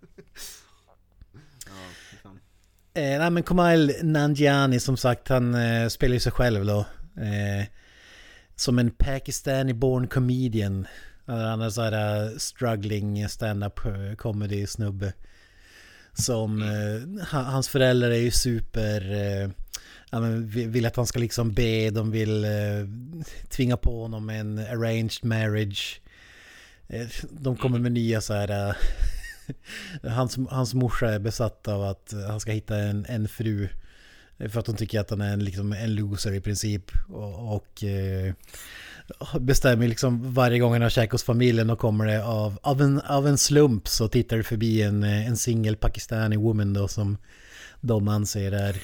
Ja,
eh, nej men Kumail Nanjiani som sagt, han eh, spelar ju sig själv då. Eh, som en Pakistani-born comedian. Han är så här uh, struggling stand-up comedy snubbe. Som uh, hans föräldrar är ju super uh, ja, men vill att han ska liksom be, de vill uh, tvinga på honom en arranged marriage. Uh, de kommer med nya så här uh, hans, hans morsa är besatt av att han ska hitta en, en fru för att hon tycker att han är en, liksom, en loser i princip och, och uh, bestämmer liksom varje gång han har käkat hos familjen och kommer det av, av, en, av en slump så tittar det förbi en, en single pakistani woman då som de anser är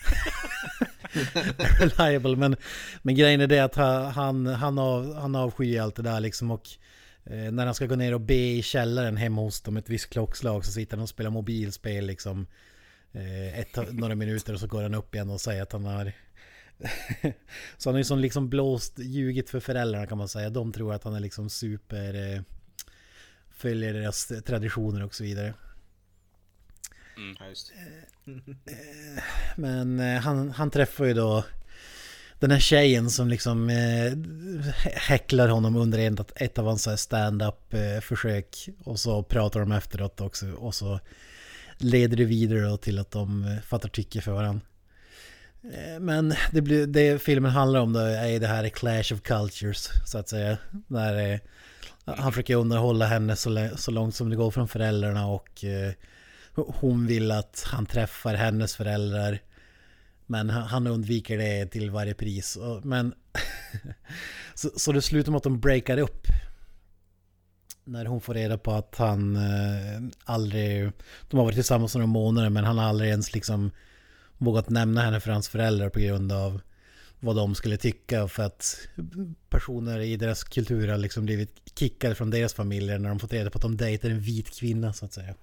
reliable, men, men grejen är det att han, han, av, han avskyr allt det där liksom och eh, när han ska gå ner och be i källaren hemma hos dem ett visst klockslag så sitter han och spelar mobilspel liksom eh, ett, några minuter och så går han upp igen och säger att han har så han är ju som liksom blåst ljugit för föräldrarna kan man säga. De tror att han är liksom super eh, följer deras traditioner och så vidare.
Mm.
eh, men eh, han, han träffar ju då den här tjejen som liksom eh, häcklar honom under ett, ett av hans stand-up eh, försök och så pratar de efteråt också och så leder det vidare då till att de fattar tycke för varandra. Men det, blir, det filmen handlar om då är det här clash of cultures så att säga. När eh, han försöker underhålla henne så, så långt som det går från föräldrarna och eh, hon vill att han träffar hennes föräldrar. Men han, han undviker det till varje pris. Och, men så, så det slutar med att de breakar upp. När hon får reda på att han eh, aldrig... De har varit tillsammans några månader men han har aldrig ens liksom vågat nämna henne för hans föräldrar på grund av vad de skulle tycka för att personer i deras kultur har liksom blivit kickade från deras familjer när de fått reda på att de dejtar en vit kvinna så att säga.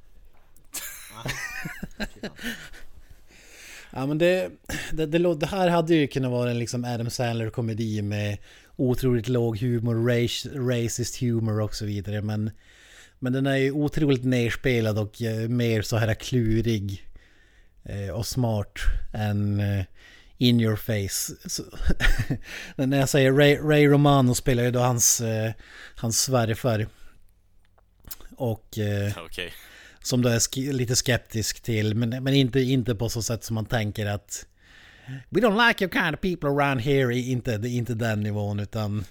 Ja men det, det, det, det här hade ju kunnat vara en liksom Adam Sandler-komedi med otroligt låg humor, race, racist humor och så vidare men, men den är ju otroligt nerspelad och mer så här klurig och smart än in your face. Så, när jag säger Ray, Ray Romano spelar ju då hans, hans svärfar och
okay.
Som då är sk- lite skeptisk till men, men inte, inte på så sätt som man tänker att we don't like your kind of people around here, inte, inte den nivån utan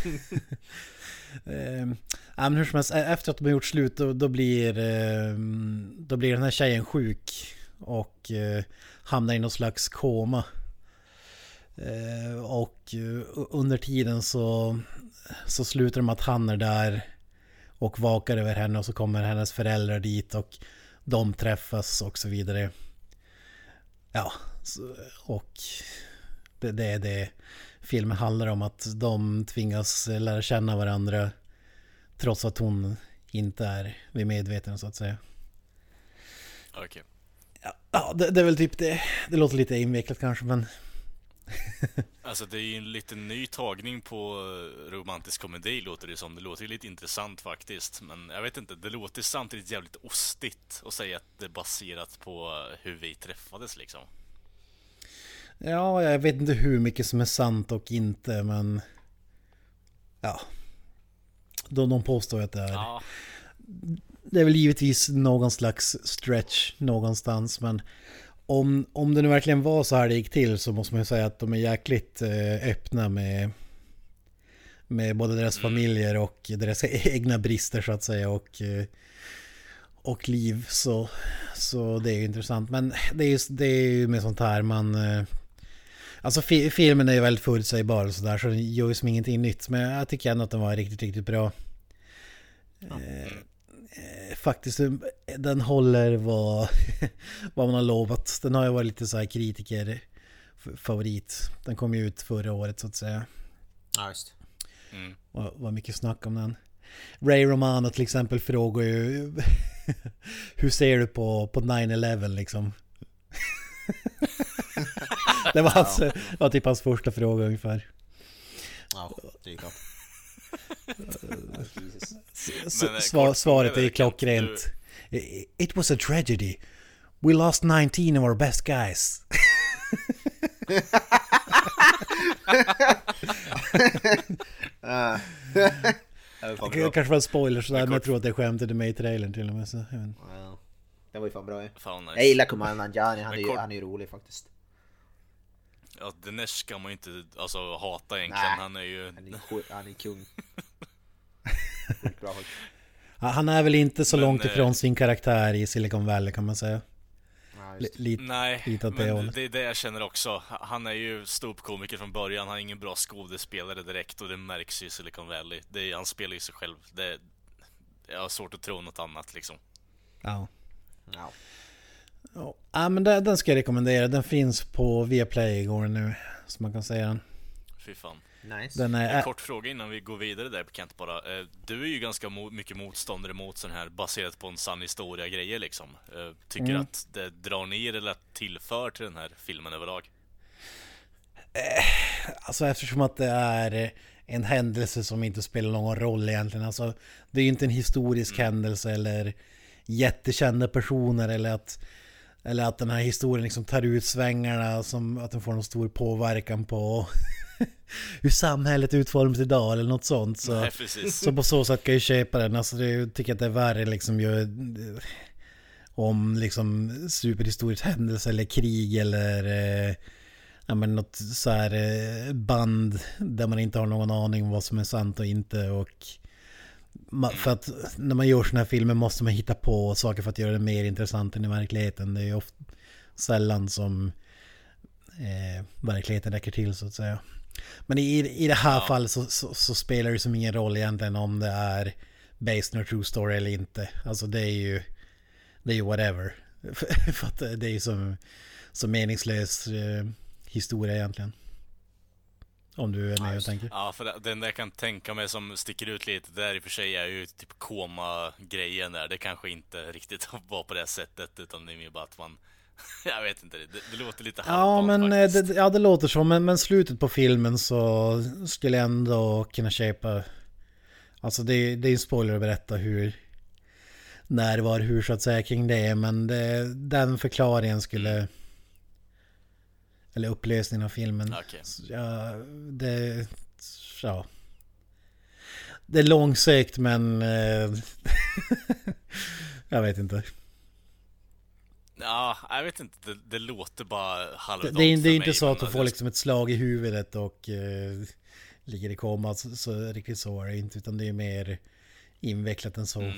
Um, ja, men hur som helst, efter att de har gjort slut då, då, blir, um, då blir den här tjejen sjuk och uh, hamnar i någon slags koma uh, och uh, under tiden så, så slutar de att han är där och vakar över henne och så kommer hennes föräldrar dit och de träffas och så vidare. Ja, så, och det, det är det filmen handlar om, att de tvingas lära känna varandra trots att hon inte är vid medveten så att säga.
Okej. Okay.
Ja, det, det är väl typ det. Det låter lite invecklat kanske, men
alltså det är ju en liten ny tagning på romantisk komedi låter det som. Det låter ju lite intressant faktiskt, men jag vet inte, det låter samtidigt jävligt ostigt att säga att det är baserat på hur vi träffades liksom.
Ja, jag vet inte hur mycket som är sant och inte, men ja, de, de påstår att det är ja. Det är väl givetvis någon slags stretch någonstans, men om, om det nu verkligen var så här det gick till så måste man ju säga att de är jäkligt eh, öppna med med både deras mm. familjer och deras egna brister så att säga och eh, och liv, så, så det är ju intressant, men det är ju, det är ju med sånt här man eh, alltså fi, filmen är ju väldigt förutsägbar och sådär, så det gör ju som ingenting nytt, men jag tycker ändå att den var riktigt, riktigt bra. Ja. Eh, eh, faktiskt, den håller vad, vad man har lovat. Den har ju varit lite så här kritiker favorit. Den kom ju ut förra året så att säga.
Ja, just.
Mm.
Var, var mycket snack om den. Ray Romano till exempel frågar ju hur ser du på, på nine eleven liksom? Det var, hans, ja. var typ hans första fråga ungefär.
Ja, det är klart.
Svar, svaret är klockrent. Du... It was a tragedy. We lost nineteen of our best guys.
uh.
Det kanske var en spoiler sådär, men jag tror att det skämtade med i trailern till och med. Så, jag vet.
Wow. Det var ju fan bra. Ja.
Fan, nice.
Jag gillar Kumail Nanjiani, han, är ju,
kort...
han är ju rolig faktiskt.
Ja, Dinesh ska man ju inte alltså, hata egentligen.
Nej.
Han är ju...
Han är, han är kung. Bra,
han är väl inte så
men,
långt ifrån
eh...
sin karaktär i Silicon Valley kan man säga.
Ja,
Lite,
Nej,
lite
men
det,
det är det jag känner också. Han är ju ståuppkomiker från början. Han är ingen bra skådespelare direkt. Och det märks ju i Silicon Valley. Det är, han spelar ju sig själv. Det, jag har svårt att tro något annat liksom.
Ja.
Ja.
Ja, ja men det, den ska jag rekommendera. Den finns på Viaplay igår nu, så man kan säga den.
Fy fan.
Nice.
Den är...
En kort fråga innan vi går vidare där, Kent, bara. Du är ju ganska mo- mycket motståndare mot sån här baserat på en sann historia grejer liksom. Tycker
Mm.
att det drar ner eller tillför till den här filmen överlag?
Alltså eftersom att det är en händelse som inte spelar någon roll egentligen. Alltså, det är ju inte en historisk mm. händelse eller jättekända personer eller att, eller att den här historien liksom tar ut svängarna som att den får någon stor påverkan på hur samhället utformas idag eller något sånt. Så,
Nej, precis.
så på så sätt kan jag köpa den. Alltså det, jag tycker att det är värre liksom ju, om liksom superhistorisk händelse eller krig eller eh, ja, men något så här eh, band där man inte har någon aning om vad som är sant och inte. Och ma- för att när man gör såna här filmer måste man hitta på saker för att göra det mer intressant än i verkligheten. Det är ju ofta sällan som eh, verkligheten räcker till så att säga. Men i, i det här ja. fallet så, så, så spelar det som ingen roll egentligen om det är based on a true story eller inte. Alltså det är ju det är ju whatever. För att det är ju som, som meningslös eh, historia egentligen. Om du är med ja, och tänker.
Ja, för den där jag kan tänka mig som sticker ut lite där i och för sig är ju typ koma-grejen där. Det kanske inte riktigt var på det sättet utan det är mer bara att man jag vet inte, det, det låter lite
ja, men det, ja, det låter så, men, men slutet på filmen så skulle jag ändå kunna köpa. Alltså det, det är en spoiler att berätta hur när, var, hur så att säga kring det, men det, den förklaringen skulle eller upplösningen av filmen.
Okay.
Ja, det ja. Det är långsökt men jag vet inte.
Ja, jag vet inte. Det, det låter bara halvdant.
Det, det, det är inte
mig,
så att du får
det...
liksom ett slag i huvudet och eh, ligger i koma. Så, så riktigt så är det inte. Utan det är mer invecklat än så. Mm.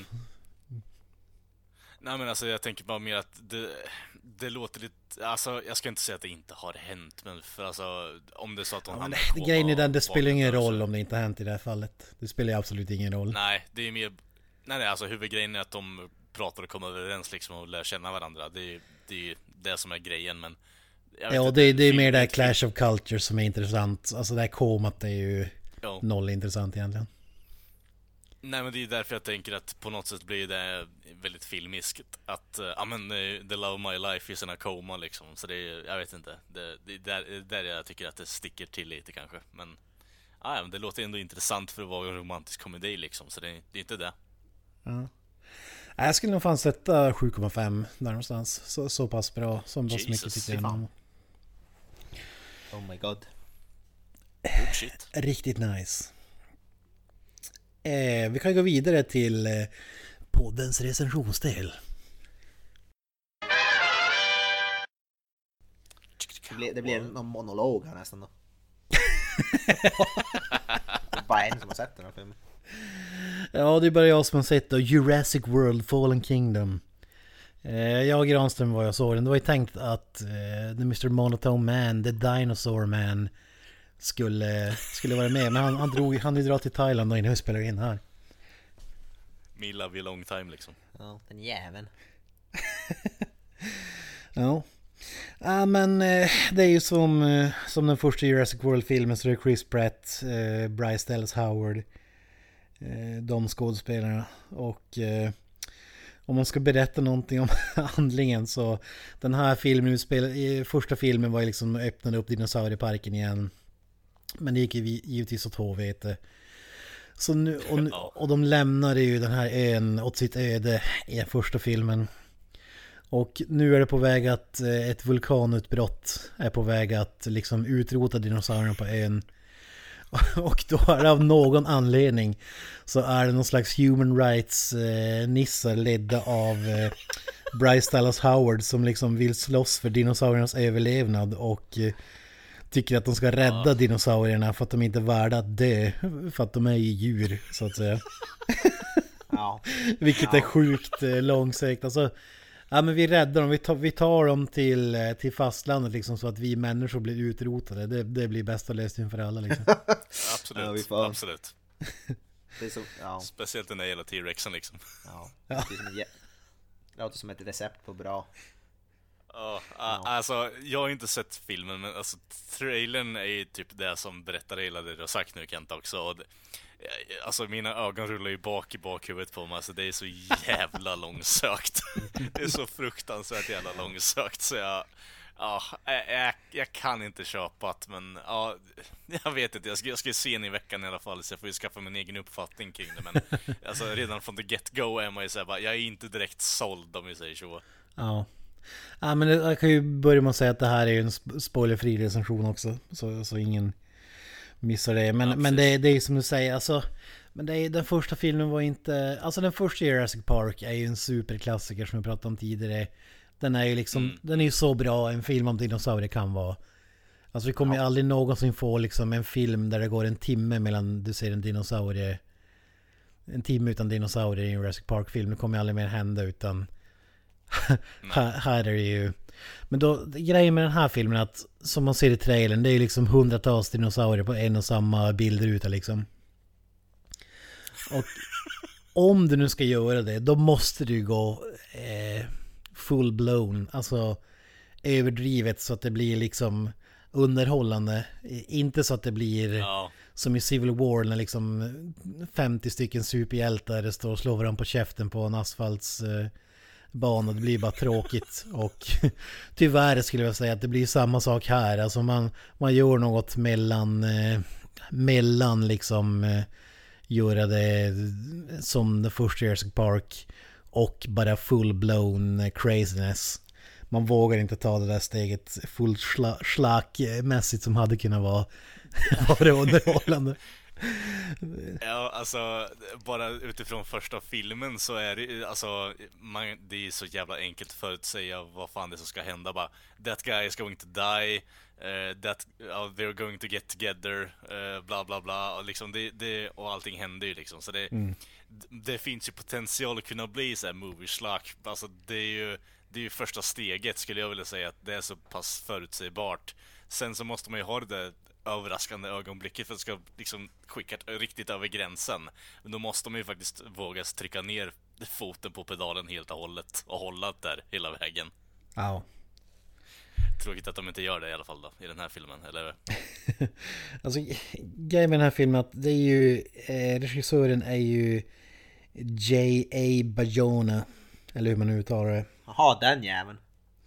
Nej men alltså jag tänker bara mer att det, det låter lite... Alltså jag ska inte säga att det inte har hänt. Men för alltså om det är så att hon
ja, det, grejen är den, det spelar ingen roll om det inte har hänt i det här fallet. Det spelar absolut ingen roll.
Nej, det är mer... Nej, nej alltså huvudgrejen är att de pratar och kommer överens liksom och lär känna varandra. Det är det, är det som är grejen, men...
Ja, det, det är mer det här Clash of Culture som är intressant. Alltså det här komat är ju ja. noll intressant egentligen.
Nej, men det är därför jag tänker att på något sätt blir det väldigt filmiskt. Att, ja uh, men, uh, the love of my life is in a coma liksom. Så det är, jag vet inte. Det, det är där, där jag tycker att det sticker till lite kanske. Men, ja, men det låter ändå intressant för att vara en romantisk komedi liksom. Så det, det är inte det.
Ja. Jag skulle nog fan sätta sju komma fem där någonstans. Så, så pass bra som Jesus, mycket tycker jag om.
Oh my god.
Oh shit.
Riktigt nice. Eh, vi kan gå vidare till eh, poddens recensionsdel.
Det blir, det blir någon monolog här nästan då. Det är bara en som har sett den här filmen.
Ja, det är bara jag som har sett då Jurassic World Fallen Kingdom. eh, Jag och Granström var jag såg den. Det var ju tänkt att eh, The mister Monotone Man, The Dinosaur Man Skulle, skulle vara med. Men han, han drog han dra till Thailand och innan vi spelar in här.
Me love you long time liksom.
Ja, den jäveln.
Ja. Ja, men eh, det är ju som, eh, som den första Jurassic World-filmen. Så det är Chris Pratt, eh, Bryce Dallas Howard, eh, de skådespelarna. Och eh, om man ska berätta någonting om handlingen så den här filmen, spel, första filmen var ju liksom öppnade upp dinosaurieparken igen. Men det gick ju givetvis åt helvete. Så nu, och, och de lämnade ju den här ön åt sitt öde i första filmen. Och nu är det på väg att eh, ett vulkanutbrott är på väg att liksom utrota dinosaurierna på ön. Och då är det av någon anledning så är det någon slags human rights eh, nissar ledda av eh, Bryce Dallas Howard som liksom vill slåss för dinosauriernas överlevnad och eh, tycker att de ska rädda ja. dinosaurierna för att de inte är värda att dö, för att de är ju djur så att säga.
Ja.
Vilket
ja.
är sjukt eh, långsökt. Alltså, ja men vi räddar dem, vi tar, vi tar dem till, eh, till fastlandet liksom så att vi människor blir utrotade. Det, det blir bästa lösningen för alla liksom.
Absolut,
ja,
absolut.
Det är så, ja.
Speciellt den där hela T-Rexen liksom.
Ja, det är som ett, det låter som ett recept på bra.
Ja, ja. Alltså jag har inte sett filmen, men alltså trailern är ju typ det som berättar hela det du har sagt nu, Kent, också. Och det, alltså mina ögon rullar ju bak i bakhuvudet på mig, alltså det är så jävla långsökt. Det är så fruktansvärt jävla långsökt, så jag, ja, jag, jag kan inte köpa det, men ja, jag vet inte, jag ska, jag ska se den i veckan i alla fall, så jag får ju skaffa min egen uppfattning kring det, men alltså redan från the get-go är man ju såhär, jag är inte direkt såld om vi säger så.
Ja. Ja, men jag kan ju börja med att säga att det här är en spoilerfri recension också, så, så ingen missar det. Men, ja, men det, det är som du säger, alltså, men det är, den första filmen var inte, alltså den första Jurassic Park är ju en superklassiker som jag pratade om tidigare. Den är ju liksom, mm. den är ju så bra en film om dinosaurier kan vara. Alltså vi kommer ja. ju aldrig någonsin få liksom en film där det går en timme mellan du ser en dinosaurie, en timme utan dinosaurier i en Jurassic Park-film. Det kommer aldrig mer hända, utan här, här är det ju. Men då, grejen med den här filmen att, som man ser i trailern, det är ju liksom hundratals dinosaurier på en och samma bildruta liksom. Och om du nu ska göra det, då måste du gå eh, full blown, alltså överdrivet så att det blir liksom underhållande. Inte så att det blir ja. som i Civil War när liksom femtio stycken superhjältar står och slår varandra på käften på en asfalts eh, bana. Det blir bara tråkigt. Och tyvärr skulle jag säga att det blir samma sak här. Alltså man, man gör något mellan eh, mellan liksom eh, göra det som the första Jurassic Park och bara full-blown craziness. Man vågar inte ta det där steget fullt schla- schlackmässigt som hade kunnat vara, vara underhållande.
Ja, alltså bara utifrån första filmen så är det alltså man, det är så jävla enkelt för att säga vad fan det som ska hända. Bara, that guy is going to die, uh, that uh, they're going to get together, uh, bla bla bla, och liksom det, det, och allting händer ju liksom, så det, mm. det, det finns ju potential att kunna bli så här movie slack. Alltså det är ju det är ju första steget, skulle jag vilja säga, att det är så pass förutsägbart. Sen så måste man ju ha det där överraskande ögonblicket för att det ska liksom skicka riktigt över gränsen. Men då måste man ju faktiskt våga trycka ner foten på pedalen helt och hållet och hålla där hela vägen.
Ja.
Tråkigt att de inte gör det i alla fall då, i den här filmen, eller?
Alltså, grejen med den här filmen att det är ju, eh, regissören är ju J A Bayona, eller hur man nu uttalar det.
Jaha, den jäveln.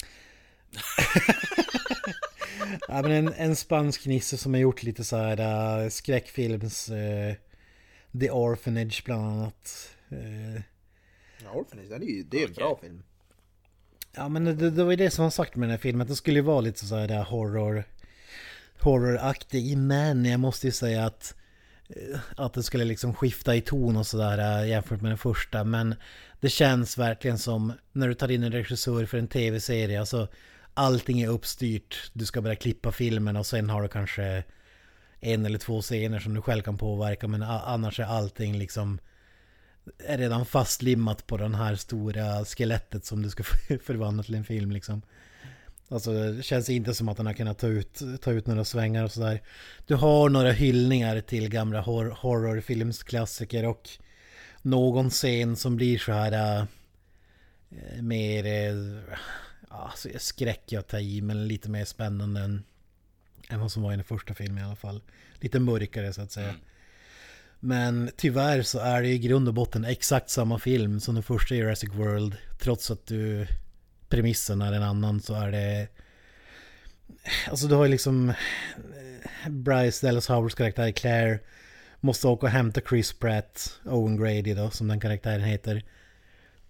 Ja, men en, en spansk nisse som har gjort lite så här uh, skräckfilms uh, The Orphanage bland annat. Uh,
ja, Orphanage, det är ju det är en okay. bra film.
Ja, men det, det var ju det som han sagt med den här filmen, att det skulle vara lite så här uh, horror horroraktig, men jag måste ju säga att uh, att det skulle liksom skifta i ton och sådär uh, jämfört med den första, men det känns verkligen som när du tar in en regissör för en tv-serie, alltså allting är uppstyrt. Du ska bara klippa filmen och sen har du kanske en eller två scener som du själv kan påverka, men annars är allting liksom är redan fastlimmat på den här stora skelettet som du ska förvandla till en film liksom. Alltså det känns inte som att den har kunnat ta ut, ta ut några svängar och sådär. Du har några hyllningar till gamla hor- horrorfilmsklassiker och någon scen som blir så här äh, mer äh, alltså, skräck jag tar i, men lite mer spännande än, än vad som var i den första filmen i alla fall. Lite mörkare så att säga. Mm. Men tyvärr så är det i grund och botten exakt samma film som den första Jurassic World. Trots att du premissen är en annan, så är det alltså du har ju liksom Bryce Dallas Howards karaktär Claire måste åka och hämta Chris Pratt, Owen Grady då, som den karaktären heter.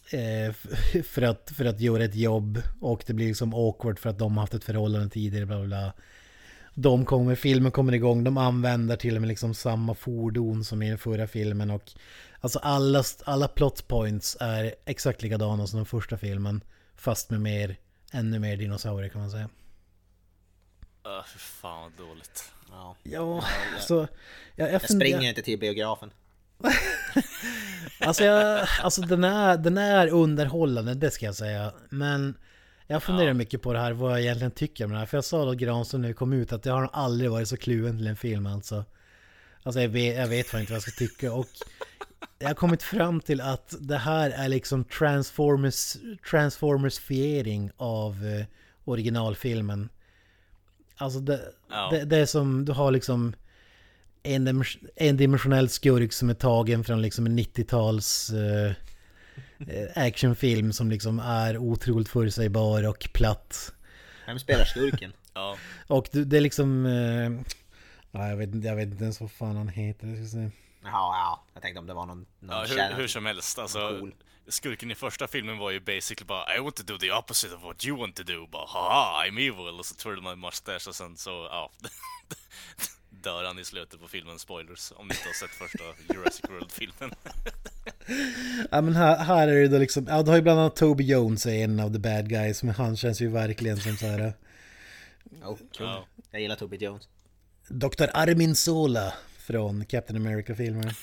eh, för, att, för att göra ett jobb. Och det blir liksom awkward för att de har haft ett förhållande tidigare. Bla bla bla. De kommer, filmen kommer igång, de använder till och med liksom samma fordon som i den förra filmen. Och alltså alla, alla plot points är exakt likadana som den första filmen. Fast med mer, ännu mer dinosaurier kan man säga.
Uh, för fan vad dåligt.
Ja,
Ja, så jag, jag,
jag
funder-
springer inte till biografen.
Alltså, jag, alltså den, är, den är underhållande, det ska jag säga. Men jag funderar
Ja.
mycket på det här, vad jag egentligen tycker om det här. För jag sa då Granström när det kom ut att jag har aldrig varit så kluven till en film alltså. Alltså jag vet, jag vet fan inte vad jag ska tycka. Och jag har kommit fram till att det här är liksom Transformers, Transformers-fiering av eh, originalfilmen. Alltså det,
Ja.
det, det är som, du har liksom en, dimension- en dimensionell skurk som är tagen från liksom en nittio-tals eh, eh, actionfilm som liksom är otroligt förutsägbar och platt.
Vem spelar skurken?
Ja.
Och du- det är liksom eh, ja, jag, vet, inte- jag vet inte ens vad fan han heter. Jag ska se.
Jaha, ja. Jag tänkte om det var någon, någon
Ja,
kärna-
hur, hur som helst, alltså
Cool.
skurken i första filmen var ju basically bara I want to do the opposite of what you want to do. Bara haha, I'm evil. Och så twirl my mustache och sen så, ja. Dör han i slutet på filmen, spoilers. Om ni inte har sett första Jurassic World-filmen.
Ja men här, här är det då liksom, ja du har ju bland annat Toby Jones är en av the bad guys, men han känns ju verkligen som så här
Oh, cool.
Ja.
Jag gillar Toby Jones.
doktor Armin Zola från Captain America-filmer.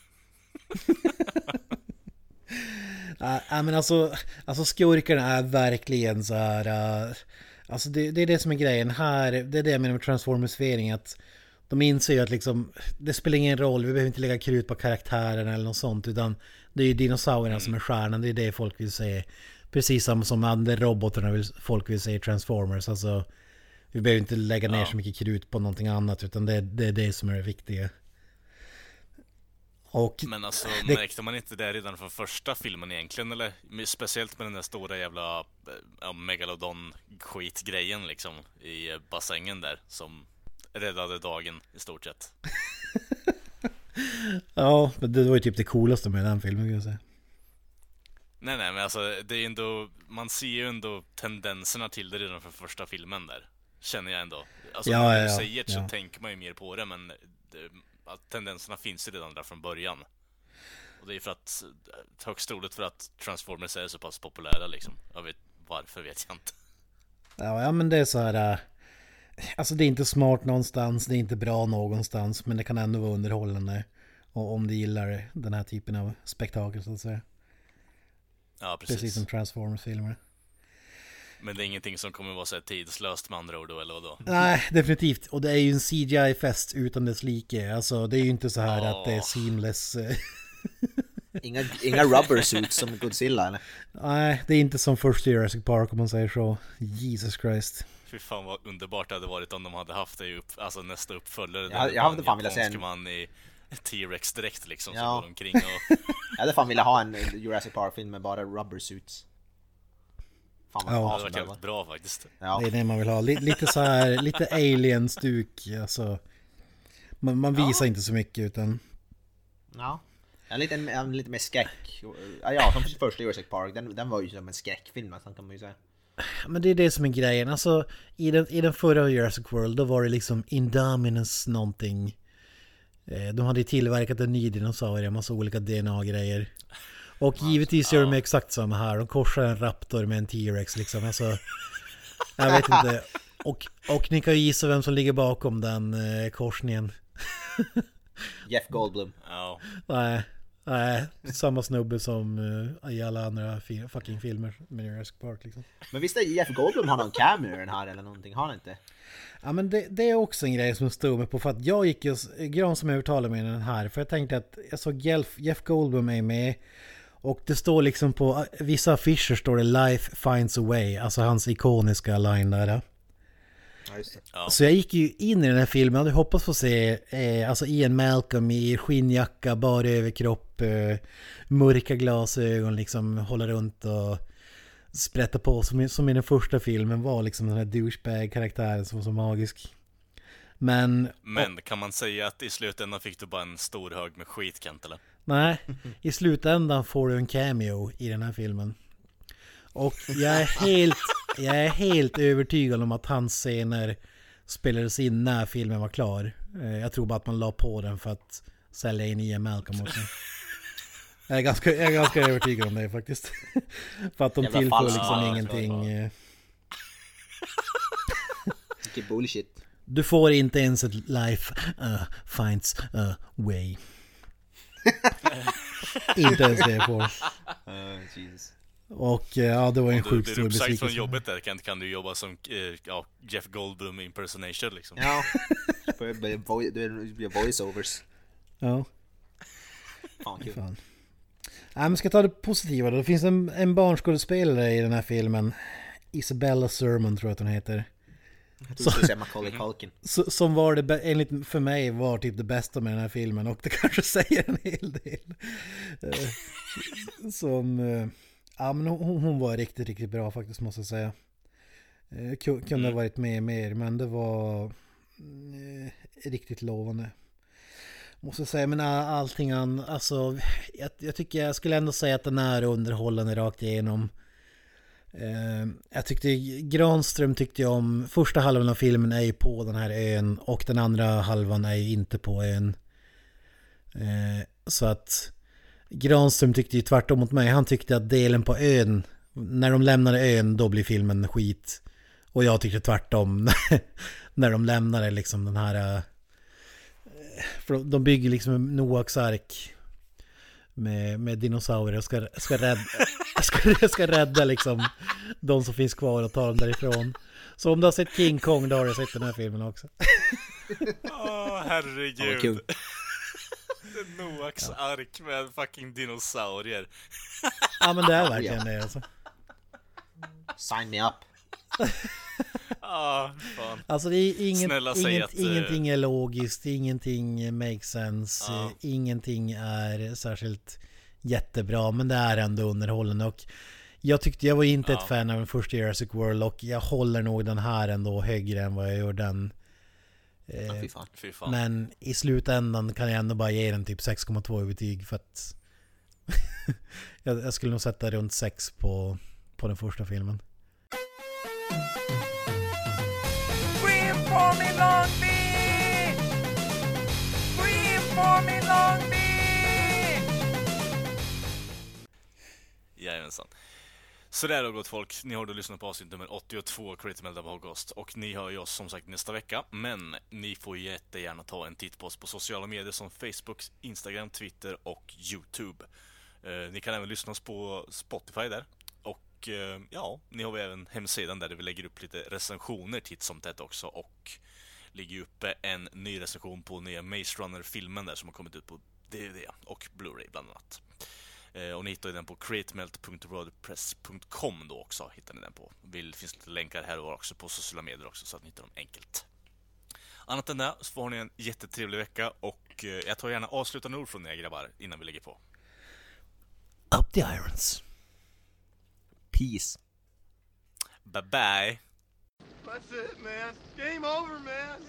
Ja ja, men alltså, alltså skurkarna är verkligen så här. Uh, alltså det, det är det som är grejen här, det är det jag menar med Transformers-fiering, att de inser ju att liksom, det spelar ingen roll, vi behöver inte lägga krut på karaktären eller något sånt, utan det är ju dinosaurierna
Mm.
som är stjärnan, det är det folk vill se. Precis som som andra robotarna vill, folk vill se i Transformers, alltså vi behöver inte lägga ner
Ja.
så mycket krut på någonting annat, utan det, det är det som är det viktiga. Och
Men alltså,
Det-
märkte man inte det redan från första filmen egentligen? Eller speciellt med den där stora jävla ja, Megalodon-skitgrejen liksom i eh, bassängen där som räddade dagen i stort sett.
ja, men det var ju typ det coolaste med den filmen kan jag säga.
Nej, nej, men alltså det är ändå, man ser ju ändå tendenserna till det redan från första filmen där. Känner jag ändå. Alltså
Ja,
när
ja,
du
ja,
säger det så
ja.
tänker man ju mer på det, men det, att tendenserna finns ju redan där från början. Och det är för att, högst troligt för att Transformers är så pass populära liksom. Jag vet, varför vet jag inte.
Ja, ja men det är så här. äh, Alltså det är inte smart någonstans, det är inte bra någonstans, men det kan ändå vara underhållande. Och om du gillar den här typen av spektakel så att säga.
Ja, precis.
Precis som Transformers-filmer.
Men det är ingenting som kommer vara så här tidslöst med andra ord då, eller vadå?
Nej, definitivt. Och det är ju en C G I-fest utan dess like. Alltså det är ju inte så här
Åh.
att det är seamless. eh,
Inga, inga rubber suits som Godzilla eller?
Nej, det är inte som första Jurassic Park om man säger så. Jesus Christ.
Fy fan vad underbart det hade varit om de hade haft det i upp, alltså nästa uppföljare.
Jag-
där
jag
det var
hade
en
fan velat se
japansk
en-
man i T-Rex direkt liksom,
Ja.
som går omkring och...
Jag hade fan velat ha en Jurassic Park-film med bara rubber suits. Fan vad
Ja.
Det
awesome
hade varit
det var.
jävligt bra faktiskt.
Ja.
Det är det man vill ha. Lite, lite så här, lite alien-stuk. Alltså, man, man visar inte så mycket utan...
Ja. En lite, en lite mer skräck. Ja, ja, som första Jurassic Park, den, den var ju som en skräckfilm nästan kan man ju säga.
Men det är det som är grejen. Alltså, i den, i den förra Jurassic World då var det liksom Indominus någonting. Eh, De hade ju tillverkat en ny dinosaurie, en massa olika D N A-grejer. Och givetvis gör de exakt samma här. De korsar en raptor med en T-Rex liksom. Alltså, jag vet inte. Och, och ni kan ju gissa vem som ligger bakom den eh, korsningen.
Jeff Goldblum.
Ja.
Nej, nej, samma snubbe som eh, i alla andra fi- fucking filmer med Jurassic Park liksom.
Men visst är Jeff Goldblum har någon cameo i den här eller någonting? Har han inte?
Ja men det, det är också en grej som stod mig på, för att jag gick ju, Gran som övertalade mig den här, för jag tänkte att jag såg Jeff, Jeff Goldblum är med och det står liksom på vissa affischer står det Life finds a way, alltså hans ikoniska line där.
Ja, just det.
Ja.
Så jag gick ju in i den här filmen och hade hoppats få se eh, alltså Ian Malcolm i skinnjacka, bara överkropp, eh, mörka glasögon, liksom hålla runt och sprätta på som i, som i den första filmen var liksom den här douchebag-karaktären som var så magisk. Men,
Men kan man säga att i slutändan fick du bara en stor hög med skit, Kent, eller?
Nej, i slutändan får du en cameo i den här filmen. Och jag är helt, jag är helt övertygad om att hans scener spelades in när filmen var klar. Jag tror bara att man la på den för att sälja in Ian Malcolm också. Jag är ganska, jag är ganska övertygad om det faktiskt. För att de
Jävla
tillför
falskt.
liksom
Ja,
ingenting.
Vilket bullshit.
Du får inte ens ett life uh, finds a way. Inte ens det får.
Uh, Jesus.
Och ja, det var en
Om du
sjukt
blir
stor
uppsagd från
besvikelse.
jobbet där kan, kan du jobba som eh, ja, Jeff Goldblum impersonation liksom.
Ja. Du blir voiceovers.
Ja.
Fan kul.
Fan. Nej, men ska jag ta det positiva då. Det finns en, en barnskådespelare i den här filmen. Isabella Sermon tror jag att hon heter.
Jag tror du skulle säga Macaulay Culkin.
Så, som var det, bä- enligt för mig var typ det bästa med den här filmen. Och det kanske säger en hel del. Eh, som... eh, ja, men hon, hon var riktigt, riktigt bra faktiskt måste jag säga. Eh, ku- kunde ha varit med mer, men det var eh, riktigt lovande. Måste säga, men allting an, alltså, jag, jag tycker jag skulle ändå säga att den är underhållande rakt igenom. Eh, jag tyckte Granström tyckte jag om, första halvan av filmen är ju på den här ön och den andra halvan är ju inte på ön. Eh, så att Granström tyckte ju tvärtom mot mig. Han tyckte att delen på ön, när de lämnade ön, då blir filmen skit. Och jag tyckte tvärtom när de lämnade liksom den här, för de bygger liksom en Noaks ark med, med dinosaurier och ska, ska, rädda, ska, ska rädda liksom de som finns kvar och ta dem därifrån. Så om du har sett King Kong, då har du sett den här filmen också.
Åh, oh, herregud.
kul.
Noaks ja. ark med fucking dinosaurier.
Ja, men det är verkligen det alltså.
Sign me up.
Ah, fan.
Alltså det är inget, inget,
att,
ingenting är logiskt, ingenting makes sense,
ah.
ingenting är särskilt jättebra, men det är ändå underhållande. Och jag tyckte, jag var inte
ah.
ett fan av den första Jurassic World, och jag håller nog den här ändå högre än vad jag gör den.
Eh, fy fan.
Fy fan.
Men i slutändan kan jag ändå bara ge den typ sex komma två i betyg, för att jag, jag skulle nog sätta runt sex på, på den första filmen.
Scream for me Long Beach! Scream for me Long Beach!
Jajamensan. Så där då gott folk, ni har då lyssnat på avsnitt nummer åttiotvå Creative Meltdown Podcast, och ni hör ju oss som sagt nästa vecka, men ni får jättegärna ta en titt på oss på sociala medier som Facebook, Instagram, Twitter och YouTube. Eh, ni kan även lyssna oss på Spotify där, och eh, ja, ni har även hemsidan där vi lägger upp lite recensioner titt som tätt också, och ligger uppe en ny recension på nya Maze Runner-filmen där som har kommit ut på D V D och Blu-ray bland annat. Eh, och ni hittar den på createmelt punkt wordpress punkt com då också, hittar ni den på. Det finns lite länkar här och var också på sociala medier också, så att ni hittar dem enkelt. Annat än det så får ni en jättetrevlig vecka, och eh, jag tar gärna avslutande ord från er grabbar innan vi lägger på.
Up the irons.
Peace.
Bye bye.
That's it, man. Game over, man.